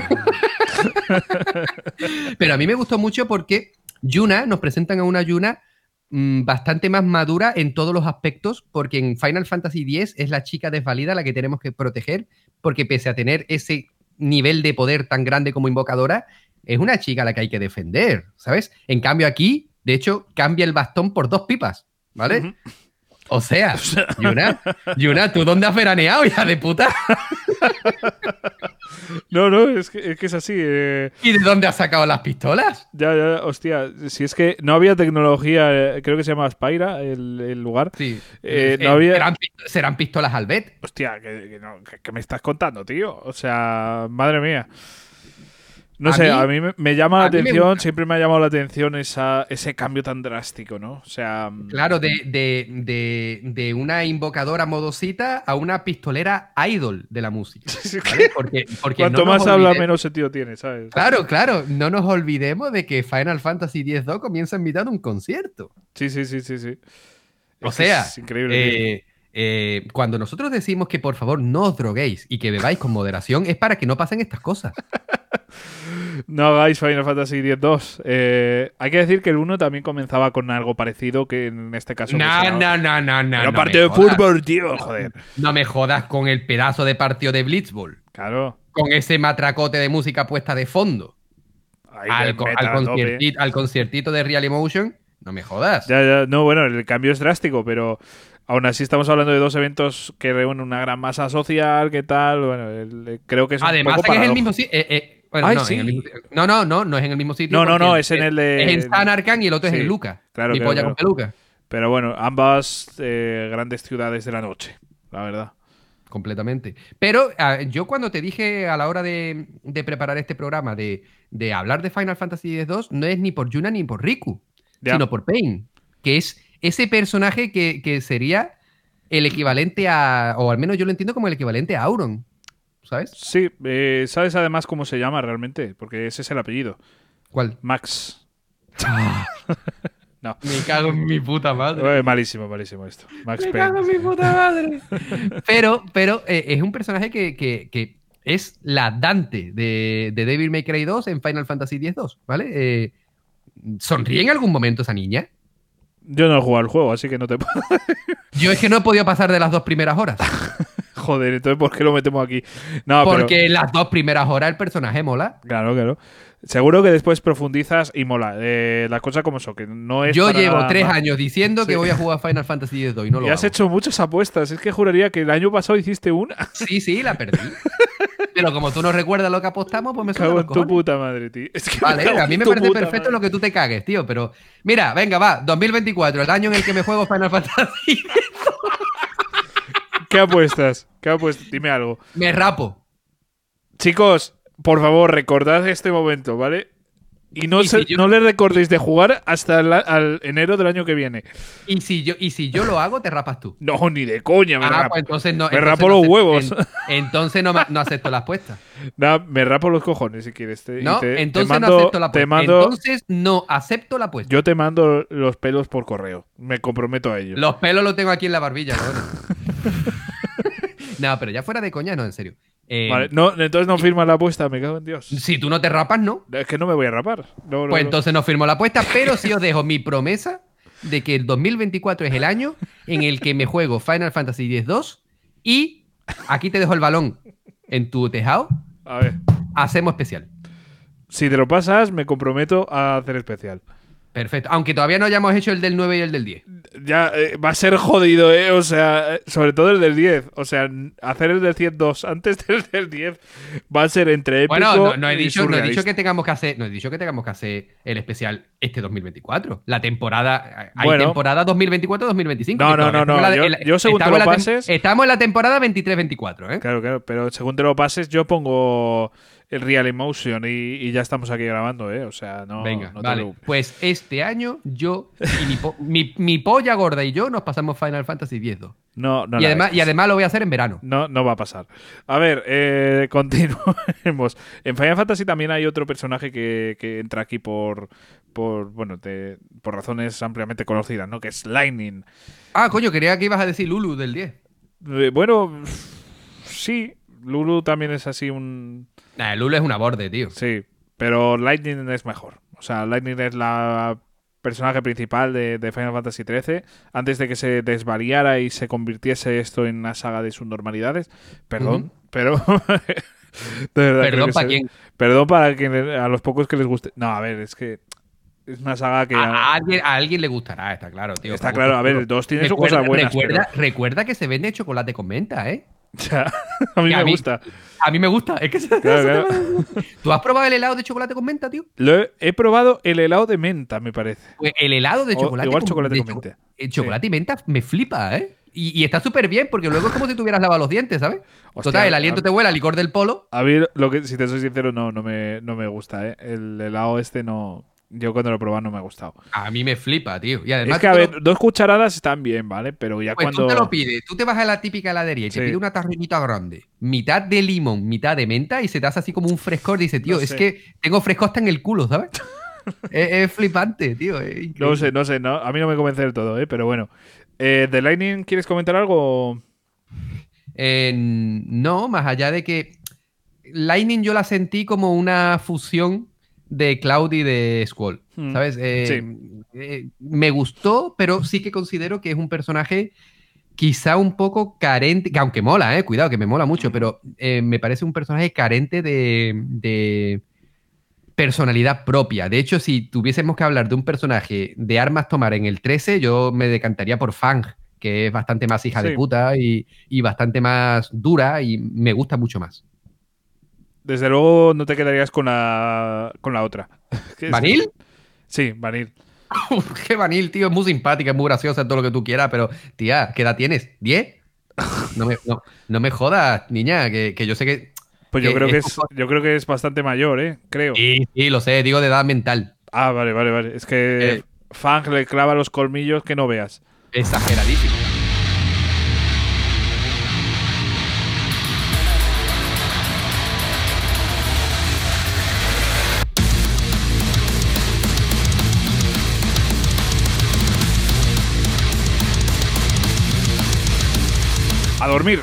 pero a mí me gustó mucho porque Yuna, nos presentan a una Yuna mm, bastante más madura en todos los aspectos, porque en Final Fantasy X es la chica desvalida la que tenemos que proteger, porque pese a tener ese nivel de poder tan grande como invocadora, es una chica a la que hay que defender, ¿sabes? En cambio aquí, de hecho, cambia el bastón por dos pipas, ¿vale? Ujú. O sea, Yuna, Yuna, ¿tú dónde has veraneado, hija de puta? No, no, es que es, que es así. eh. ¿Y de dónde has sacado las pistolas? Ya, ya, hostia. Si es que no había tecnología, eh, creo que se llama Spyra, el, el lugar. Sí. Eh, Eh, no había- serán, pi- serán pistolas Albet. Hostia, ¿qué, qué no- qué- qué me estás contando, tío? O sea, madre mía. No A sé, mí- a mí me, me llama la a mí me atención, gusta. siempre me ha llamado la atención esa, ese cambio tan drástico, ¿no? O sea, Claro, de, de, de, de una invocadora modosita a una pistolera idol de la música. ¿vale? Porque, porque cuanto no nos más habla, olvide- menos sentido tiene, ¿sabes? Claro, claro, no nos olvidemos de que Final Fantasy X dos comienza en mitad de un concierto. Sí, sí, sí, sí, sí. O Es que sea, es increíble. tío. eh, eh, cuando nosotros decimos que por favor no os droguéis y que bebáis con moderación, es para que no pasen estas cosas. No hagáis Final Fantasy X dos. Eh, hay que decir que el uno también comenzaba con algo parecido, que en este caso... No, pues, no, no, no, no. Pero no parte me de jodas. fútbol, tío, joder. No me jodas con el pedazo de partido de Blitzball. Claro. Con ese matracote de música puesta de fondo. Ahí Al, te co- metan al a tope. conciertito, al conciertito de Real Emotion. No me jodas. Ya, ya, no, bueno, el cambio es drástico, pero aún así estamos hablando de dos eventos que reúnen una gran masa social, ¿qué tal? Bueno, el- creo que es un Además, poco que es el paradoja. mismo sitio. eh, eh, bueno, Ay, no, sí. en el mismo- no, no, no, no es en el mismo sitio. No, no, porque no, es en el de- Es en San Arcan y el otro Sí, es en Luca. claro, Mi claro, polla claro. con peluca. Pero bueno, ambas eh, grandes ciudades de la noche, la verdad. Completamente. Pero ah, yo cuando te dije a la hora de, de preparar este programa de, de hablar de Final Fantasy X dos, no es ni por Yuna ni por Riku, Ya. sino por Pain, que es ese personaje que, que sería el equivalente a, o al menos yo lo entiendo como el equivalente a Auron, ¿sabes? Sí, eh, ¿sabes además cómo se llama realmente? Porque ese es el apellido. ¿Cuál? Max. No. Me cago en mi puta madre. Eh, malísimo, malísimo esto. Max Me Payne. cago en mi puta madre. Pero, pero eh, es un personaje que, que- que es la Dante de, de Devil May Cry dos en Final Fantasy X dos, ¿vale? Eh, ¿sonríe en algún momento esa niña? Yo no he jugado al juego, así que no te puedo. Yo es que no he podido pasar de las dos primeras horas. Joder, entonces ¿por qué lo metemos aquí? No, Porque pero. en las dos primeras horas el personaje mola. Claro, claro. Seguro que después profundizas y mola. Eh, las cosas como son, que no es. Yo para llevo nada tres mal. años diciendo Sí. que voy a jugar Final Fantasy X dos y no lo Y has hago. hecho muchas apuestas. Es que juraría que el año pasado hiciste una. Sí, sí, la perdí. Pero como tú no recuerdas lo que apostamos, pues me suena Cago los en tu cojones. puta madre, tío. Es que Vale, cago a mí en me tu parece puta perfecto madre. lo que tú te cagues, tío, pero... Mira, venga, va, dos mil veinticuatro, el año en el que me juego Final Fantasy. ¿Qué apuestas? ¿Qué apuestas? Dime algo. Me rapo. Chicos, por favor, recordad este momento, ¿vale? Y no, Y se- si yo- no le recordéis de jugar hasta el, al enero del año que viene. Y si yo, y si yo lo hago, te rapas tú. No, ni de coña, me Ah, rapo. pues entonces no. Me entonces rapo no los acepto- huevos. en- entonces no, me- no acepto la apuesta. Nah, me rapo los cojones si quieres. Te- y No, te- te entonces mando- no acepto la te apuesta. mando- Entonces no acepto la apuesta. Yo te mando los pelos por correo. Me comprometo a ello. Los pelos los tengo aquí en la barbilla, cabrón. No, pero ya fuera de coña, no, en serio. Eh, Vale, no, entonces no firmas la apuesta, me cago en Dios. Si tú no te rapas, no. Es que no me voy a rapar. No, no, Pues no. entonces no firmo la apuesta, pero sí os dejo mi promesa de que el dos mil veinticuatro es el año en el que me juego Final Fantasy X dos y aquí te dejo el balón en tu tejado. A ver, Hacemos especial. si te lo pasas, me comprometo a hacer especial. Perfecto. Aunque todavía no hayamos hecho el del nueve y el del diez. Ya, eh, va a ser jodido, ¿eh? O sea, eh, sobre todo el del diez. O sea, n- hacer el del cien dos antes del del diez va a ser entre épico Bueno, no, no he y dicho, no he surrealista. dicho que tengamos que hacer, no he dicho que tengamos que hacer el especial este dos mil veinticuatro. La temporada, hay Bueno. temporada dos mil veinticuatro dos mil veinticinco. No, que no, todavía no, estamos no, en yo- en yo según te estamos lo en la tem- pases- Estamos en la temporada veintitrés veinticuatro, ¿eh? Claro, claro, pero según te lo pases, yo pongo el Real Emotion y, y ya estamos aquí grabando, ¿eh? O sea, no. Venga, no te vale. preocupes. Pues este año yo y mi, po- mi, mi polla gorda y yo nos pasamos Final Fantasy X dos. No, no y, la además, hagas. y además lo voy a hacer en verano. No, no va a pasar. A ver, eh, continuemos. En Final Fantasy también hay otro personaje que, que entra aquí por, por bueno, de- por razones ampliamente conocidas, ¿no? Que es Lightning. Ah, coño, creía que ibas a decir Lulu del diez. Eh, bueno, sí, Lulu también es así un... Nah, Lulu es una borde, tío. Sí, pero Lightning es mejor. O sea, Lightning es la personaje principal de, de Final Fantasy trece, antes de que se desvariara y se convirtiese esto en una saga de subnormalidades. Perdón, Ujú. pero... de verdad, creo Perdón, que ¿para se- quién? Perdón para quien, a los pocos que les guste. No, a ver, es que es una saga que... A, a alguien, a alguien le gustará, está claro, tío. Está Para claro, a ver, gusto el dos tiene sus Recuerda- cosas buenas, Recuerda, recuerda que se vende chocolate con menta, ¿eh? Ya, a mí Que me a mí- gusta. A mí me gusta. Es que se- Claro, se- claro. ¿Tú has probado el helado de chocolate con menta, tío? Lo he, he probado el helado de menta, me parece. Pues el helado de O chocolate igual chocolate de con cho- menta. El chocolate y menta me flipa, ¿eh? Y, y está súper bien porque luego es como si tuvieras lavado los dientes, ¿sabes? Hostia, Total, el aliento a- te huele a licor del polo. A mí, lo que, si te soy sincero, no, no me, no me gusta, ¿eh? El helado este no... Yo cuando lo he probado no me ha gustado. A mí me flipa, tío. Y además Es que, tú a te ver, lo- dos cucharadas están bien, ¿vale? Pero ya pues cuando... tú te lo pides, tú te vas a la típica heladería y te Sí. pides una tarrinita grande, mitad de limón, mitad de menta y se te hace así como un frescor y dices, tío, No es sé. que tengo fresco hasta en el culo, ¿sabes? es, es flipante, tío. es increíble. No sé, no sé, no, a mí no me convence del todo, ¿eh? Pero bueno. Eh, ¿De Lightning quieres comentar algo? Eh, no, más allá de que Lightning yo la sentí como una fusión de Cloud y de Squall, Hmm. ¿sabes? Eh, eh, me gustó, pero sí que considero que es un personaje quizá un poco carente, que aunque mola, eh, cuidado, que me mola mucho, pero eh, me parece un personaje carente de, de personalidad propia. De hecho, si tuviésemos que hablar de un personaje de armas tomar en el trece, yo me decantaría por Fang, que es bastante más hija Sí. de puta y, y bastante más dura y me gusta mucho más. Desde luego no te quedarías con la, con la otra. ¿Qué es? ¿Vanil? Sí, Vanil. Uf, qué Vanil, tío, es muy simpática, es muy graciosa, todo lo que tú quieras, pero, tía, ¿qué edad tienes? ¿diez? No me, no, no me jodas, niña, que, que yo sé que... Pues yo que creo que es es, yo creo que es bastante mayor, ¿eh? Creo. Sí, sí, lo sé, digo de edad mental. Ah, vale, vale, vale. Es que Eh. Fang le clava los colmillos que no veas. Exageradísimo. A dormir.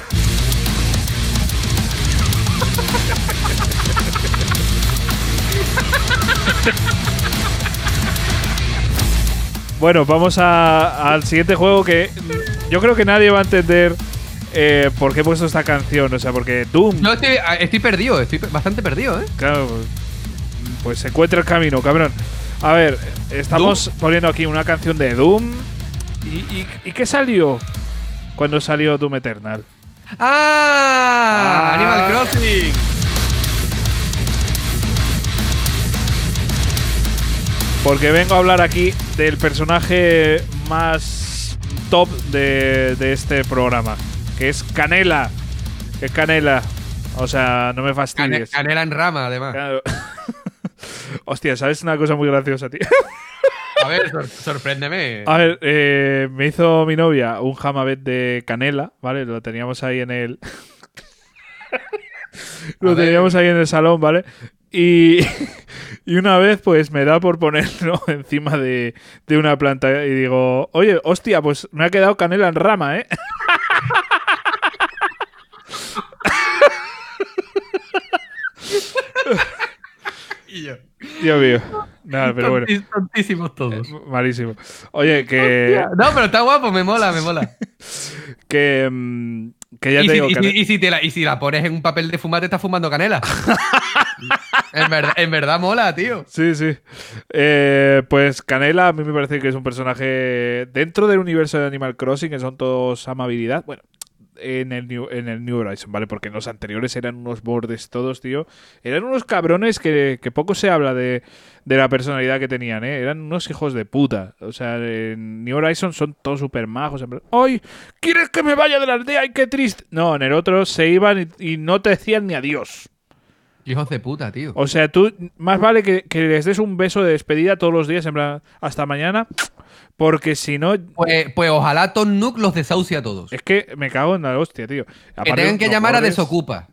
Bueno, vamos a- al siguiente juego que yo creo que nadie va a entender eh, por qué he puesto esta canción. O sea, porque Doom, No, estoy, estoy perdido, estoy bastante perdido, ¿eh? claro, pues se encuentra el camino, cabrón. A ver, estamos poniendo aquí una canción de Doom. ¿Y, y, y qué salió cuando salió Doom Eternal? ¡Ah! Ah. Animal Crossing. Porque vengo a hablar aquí del personaje más top de, de este programa, que es Canela. Que es Canela. O sea, no me Cane- fastidies. canela en rama, además. Claro. Hostia, ¿sabes una cosa muy graciosa, tío? A ver, sor- sorpréndeme. A ver, eh, me hizo mi novia un jamabet de canela, ¿vale? Lo teníamos ahí en el... Lo A ver. teníamos ahí en el salón, ¿vale? Y, y una vez, pues, me da por ponerlo encima de, de una planta y digo, oye, hostia, pues me ha quedado canela en rama, ¿eh? Y yo. Dios mío. Nada, pero bueno, Tontis- Tontísimos todos. malísimo. Oye, que... No, pero está guapo, me mola, me mola. Que, mm, que ya y, te si, digo... y, que- si, y si te la, y si la pones en un papel de fumar, te estás fumando canela. en, verdad, en verdad mola, tío. Sí, sí. Eh, pues Canela a mí me parece que es un personaje dentro del universo de Animal Crossing, que son todos amabilidad. Bueno, en el New, en el New Horizon, ¿vale? Porque en los anteriores eran unos bordes todos, tío. Eran unos cabrones que, que poco se habla de, de la personalidad que tenían, ¿eh? Eran unos hijos de puta. O sea, en New Horizon son todos súper majos. En plan, ¡ay! ¿Quieres que me vaya de la aldea? ¡Ay, qué triste! No, en el otro se iban y, y no te decían ni adiós. Hijos de puta, tío. O sea, tú, más vale que, que les des un beso de despedida todos los días, en plan, hasta mañana, porque si no, Pues, pues ojalá Tom Nook los desahucie a todos. es que me cago en la hostia, tío. Que Aparte, tengan que los llamar a bordes- Desocupa.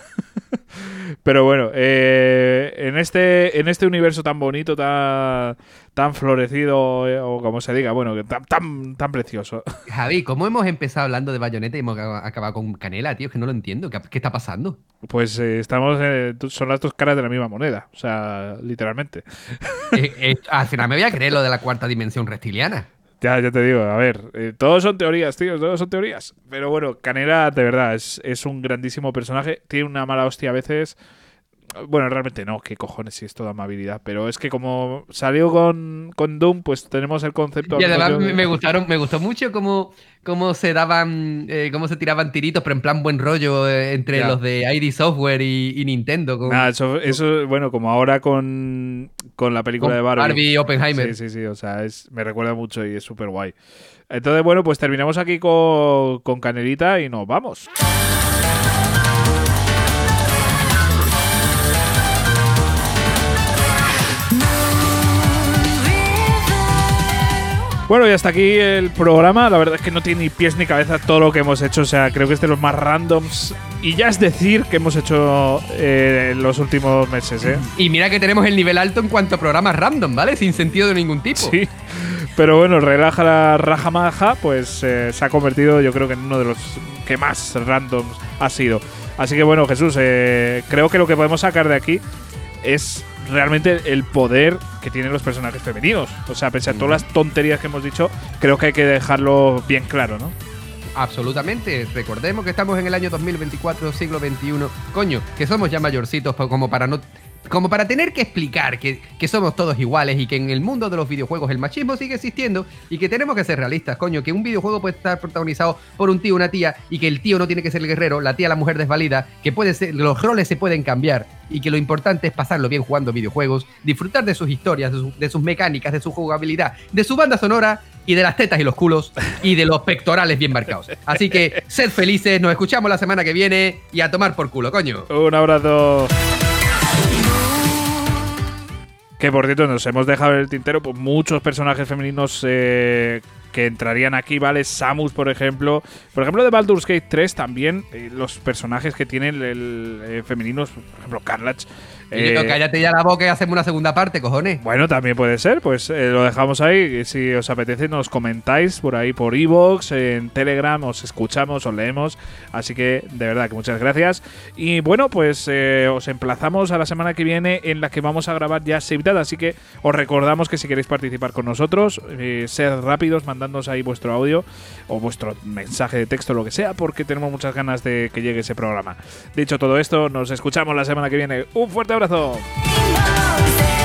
Pero bueno, eh, en este en este universo tan bonito, tan, tan florecido, eh, o como se diga, bueno, que tan, tan, tan precioso. Javi, ¿cómo hemos empezado hablando de Bayonetta y hemos acab- acabado con Canela, tío? Es que no lo entiendo. ¿Qué, qué está pasando? Pues eh, estamos, eh, tú- son las dos caras de la misma moneda, o sea, literalmente. Eh, eh, al final me voy a creer lo de la cuarta dimensión reptiliana. Ya, ya te digo, a ver, eh, todos son teorías, tío, todos son teorías. Pero bueno, Canela, de verdad, es, es un grandísimo personaje. Tiene una mala hostia a veces. Bueno, realmente no, qué cojones si es toda amabilidad. Pero es que como salió con, con Doom, pues tenemos el concepto. Y además yo, de- me, me gustaron, me gustó mucho cómo, cómo se daban, eh, cómo se tiraban tiritos, pero en plan buen rollo eh, entre Ya. los de I D Software y, y Nintendo. Con, Nada, eso, eso, bueno, como ahora con, con la película con de Barbie. Barbie y Oppenheimer. Sí, sí, sí, o sea, es, me recuerda mucho y es súper guay. Entonces, bueno, pues terminamos aquí con, con Canelita y nos vamos. Bueno, y hasta aquí el programa. La verdad es que no tiene ni pies ni cabeza todo lo que hemos hecho. O sea, creo que es de los más randoms. Y ya es decir que hemos hecho eh, en los últimos meses, ¿eh? Y mira que tenemos el nivel alto en cuanto a programas random, ¿vale? Sin sentido de ningún tipo. Sí. Pero bueno, relaja la raja maja, pues eh, se ha convertido, yo creo que en uno de los que más randoms ha sido. Así que bueno, Jesús, eh, creo que lo que podemos sacar de aquí es realmente el poder que tienen los personajes femeninos. O sea, pese a todas las tonterías que hemos dicho, creo que hay que dejarlo bien claro, ¿no? Absolutamente. Recordemos que estamos en el año dos mil veinticuatro, siglo veintiuno. Coño, que somos ya mayorcitos pa- como para no... Como para tener que explicar que, que somos todos iguales y que en el mundo de los videojuegos el machismo sigue existiendo y que tenemos que ser realistas, coño, que un videojuego puede estar protagonizado por un tío o una tía y que el tío no tiene que ser el guerrero, la tía la mujer desvalida, que puede ser, los roles se pueden cambiar y que lo importante es pasarlo bien jugando videojuegos, disfrutar de sus historias, de, su- de sus mecánicas, de su jugabilidad, de su banda sonora y de las tetas y los culos y de los pectorales bien marcados. Así que sed felices, nos escuchamos la semana que viene y a tomar por culo, coño. Un abrazo. Que por cierto, nos hemos dejado en el tintero pues, muchos personajes femeninos eh, que entrarían aquí, ¿vale? Samus, por ejemplo. Por ejemplo, de Baldur's Gate tres también, eh, los personajes que tienen el, eh, femeninos, por ejemplo, Carlach, Y yo digo, Eh, cállate ya la boca y hacemos una segunda parte, cojones. Bueno, también puede ser, pues eh, lo dejamos ahí. Y si os apetece, nos comentáis por ahí por iVoox, en Telegram, os escuchamos, os leemos. Así que, de verdad, que muchas gracias. Y bueno, pues eh, os emplazamos a la semana que viene en la que vamos a grabar ya Save Data. Así que os recordamos que si queréis participar con nosotros, eh, sed rápidos mandándonos ahí vuestro audio o vuestro mensaje de texto, lo que sea, porque tenemos muchas ganas de que llegue ese programa. Dicho todo esto, nos escuchamos la semana que viene. Un fuerte abrazo. Rainbows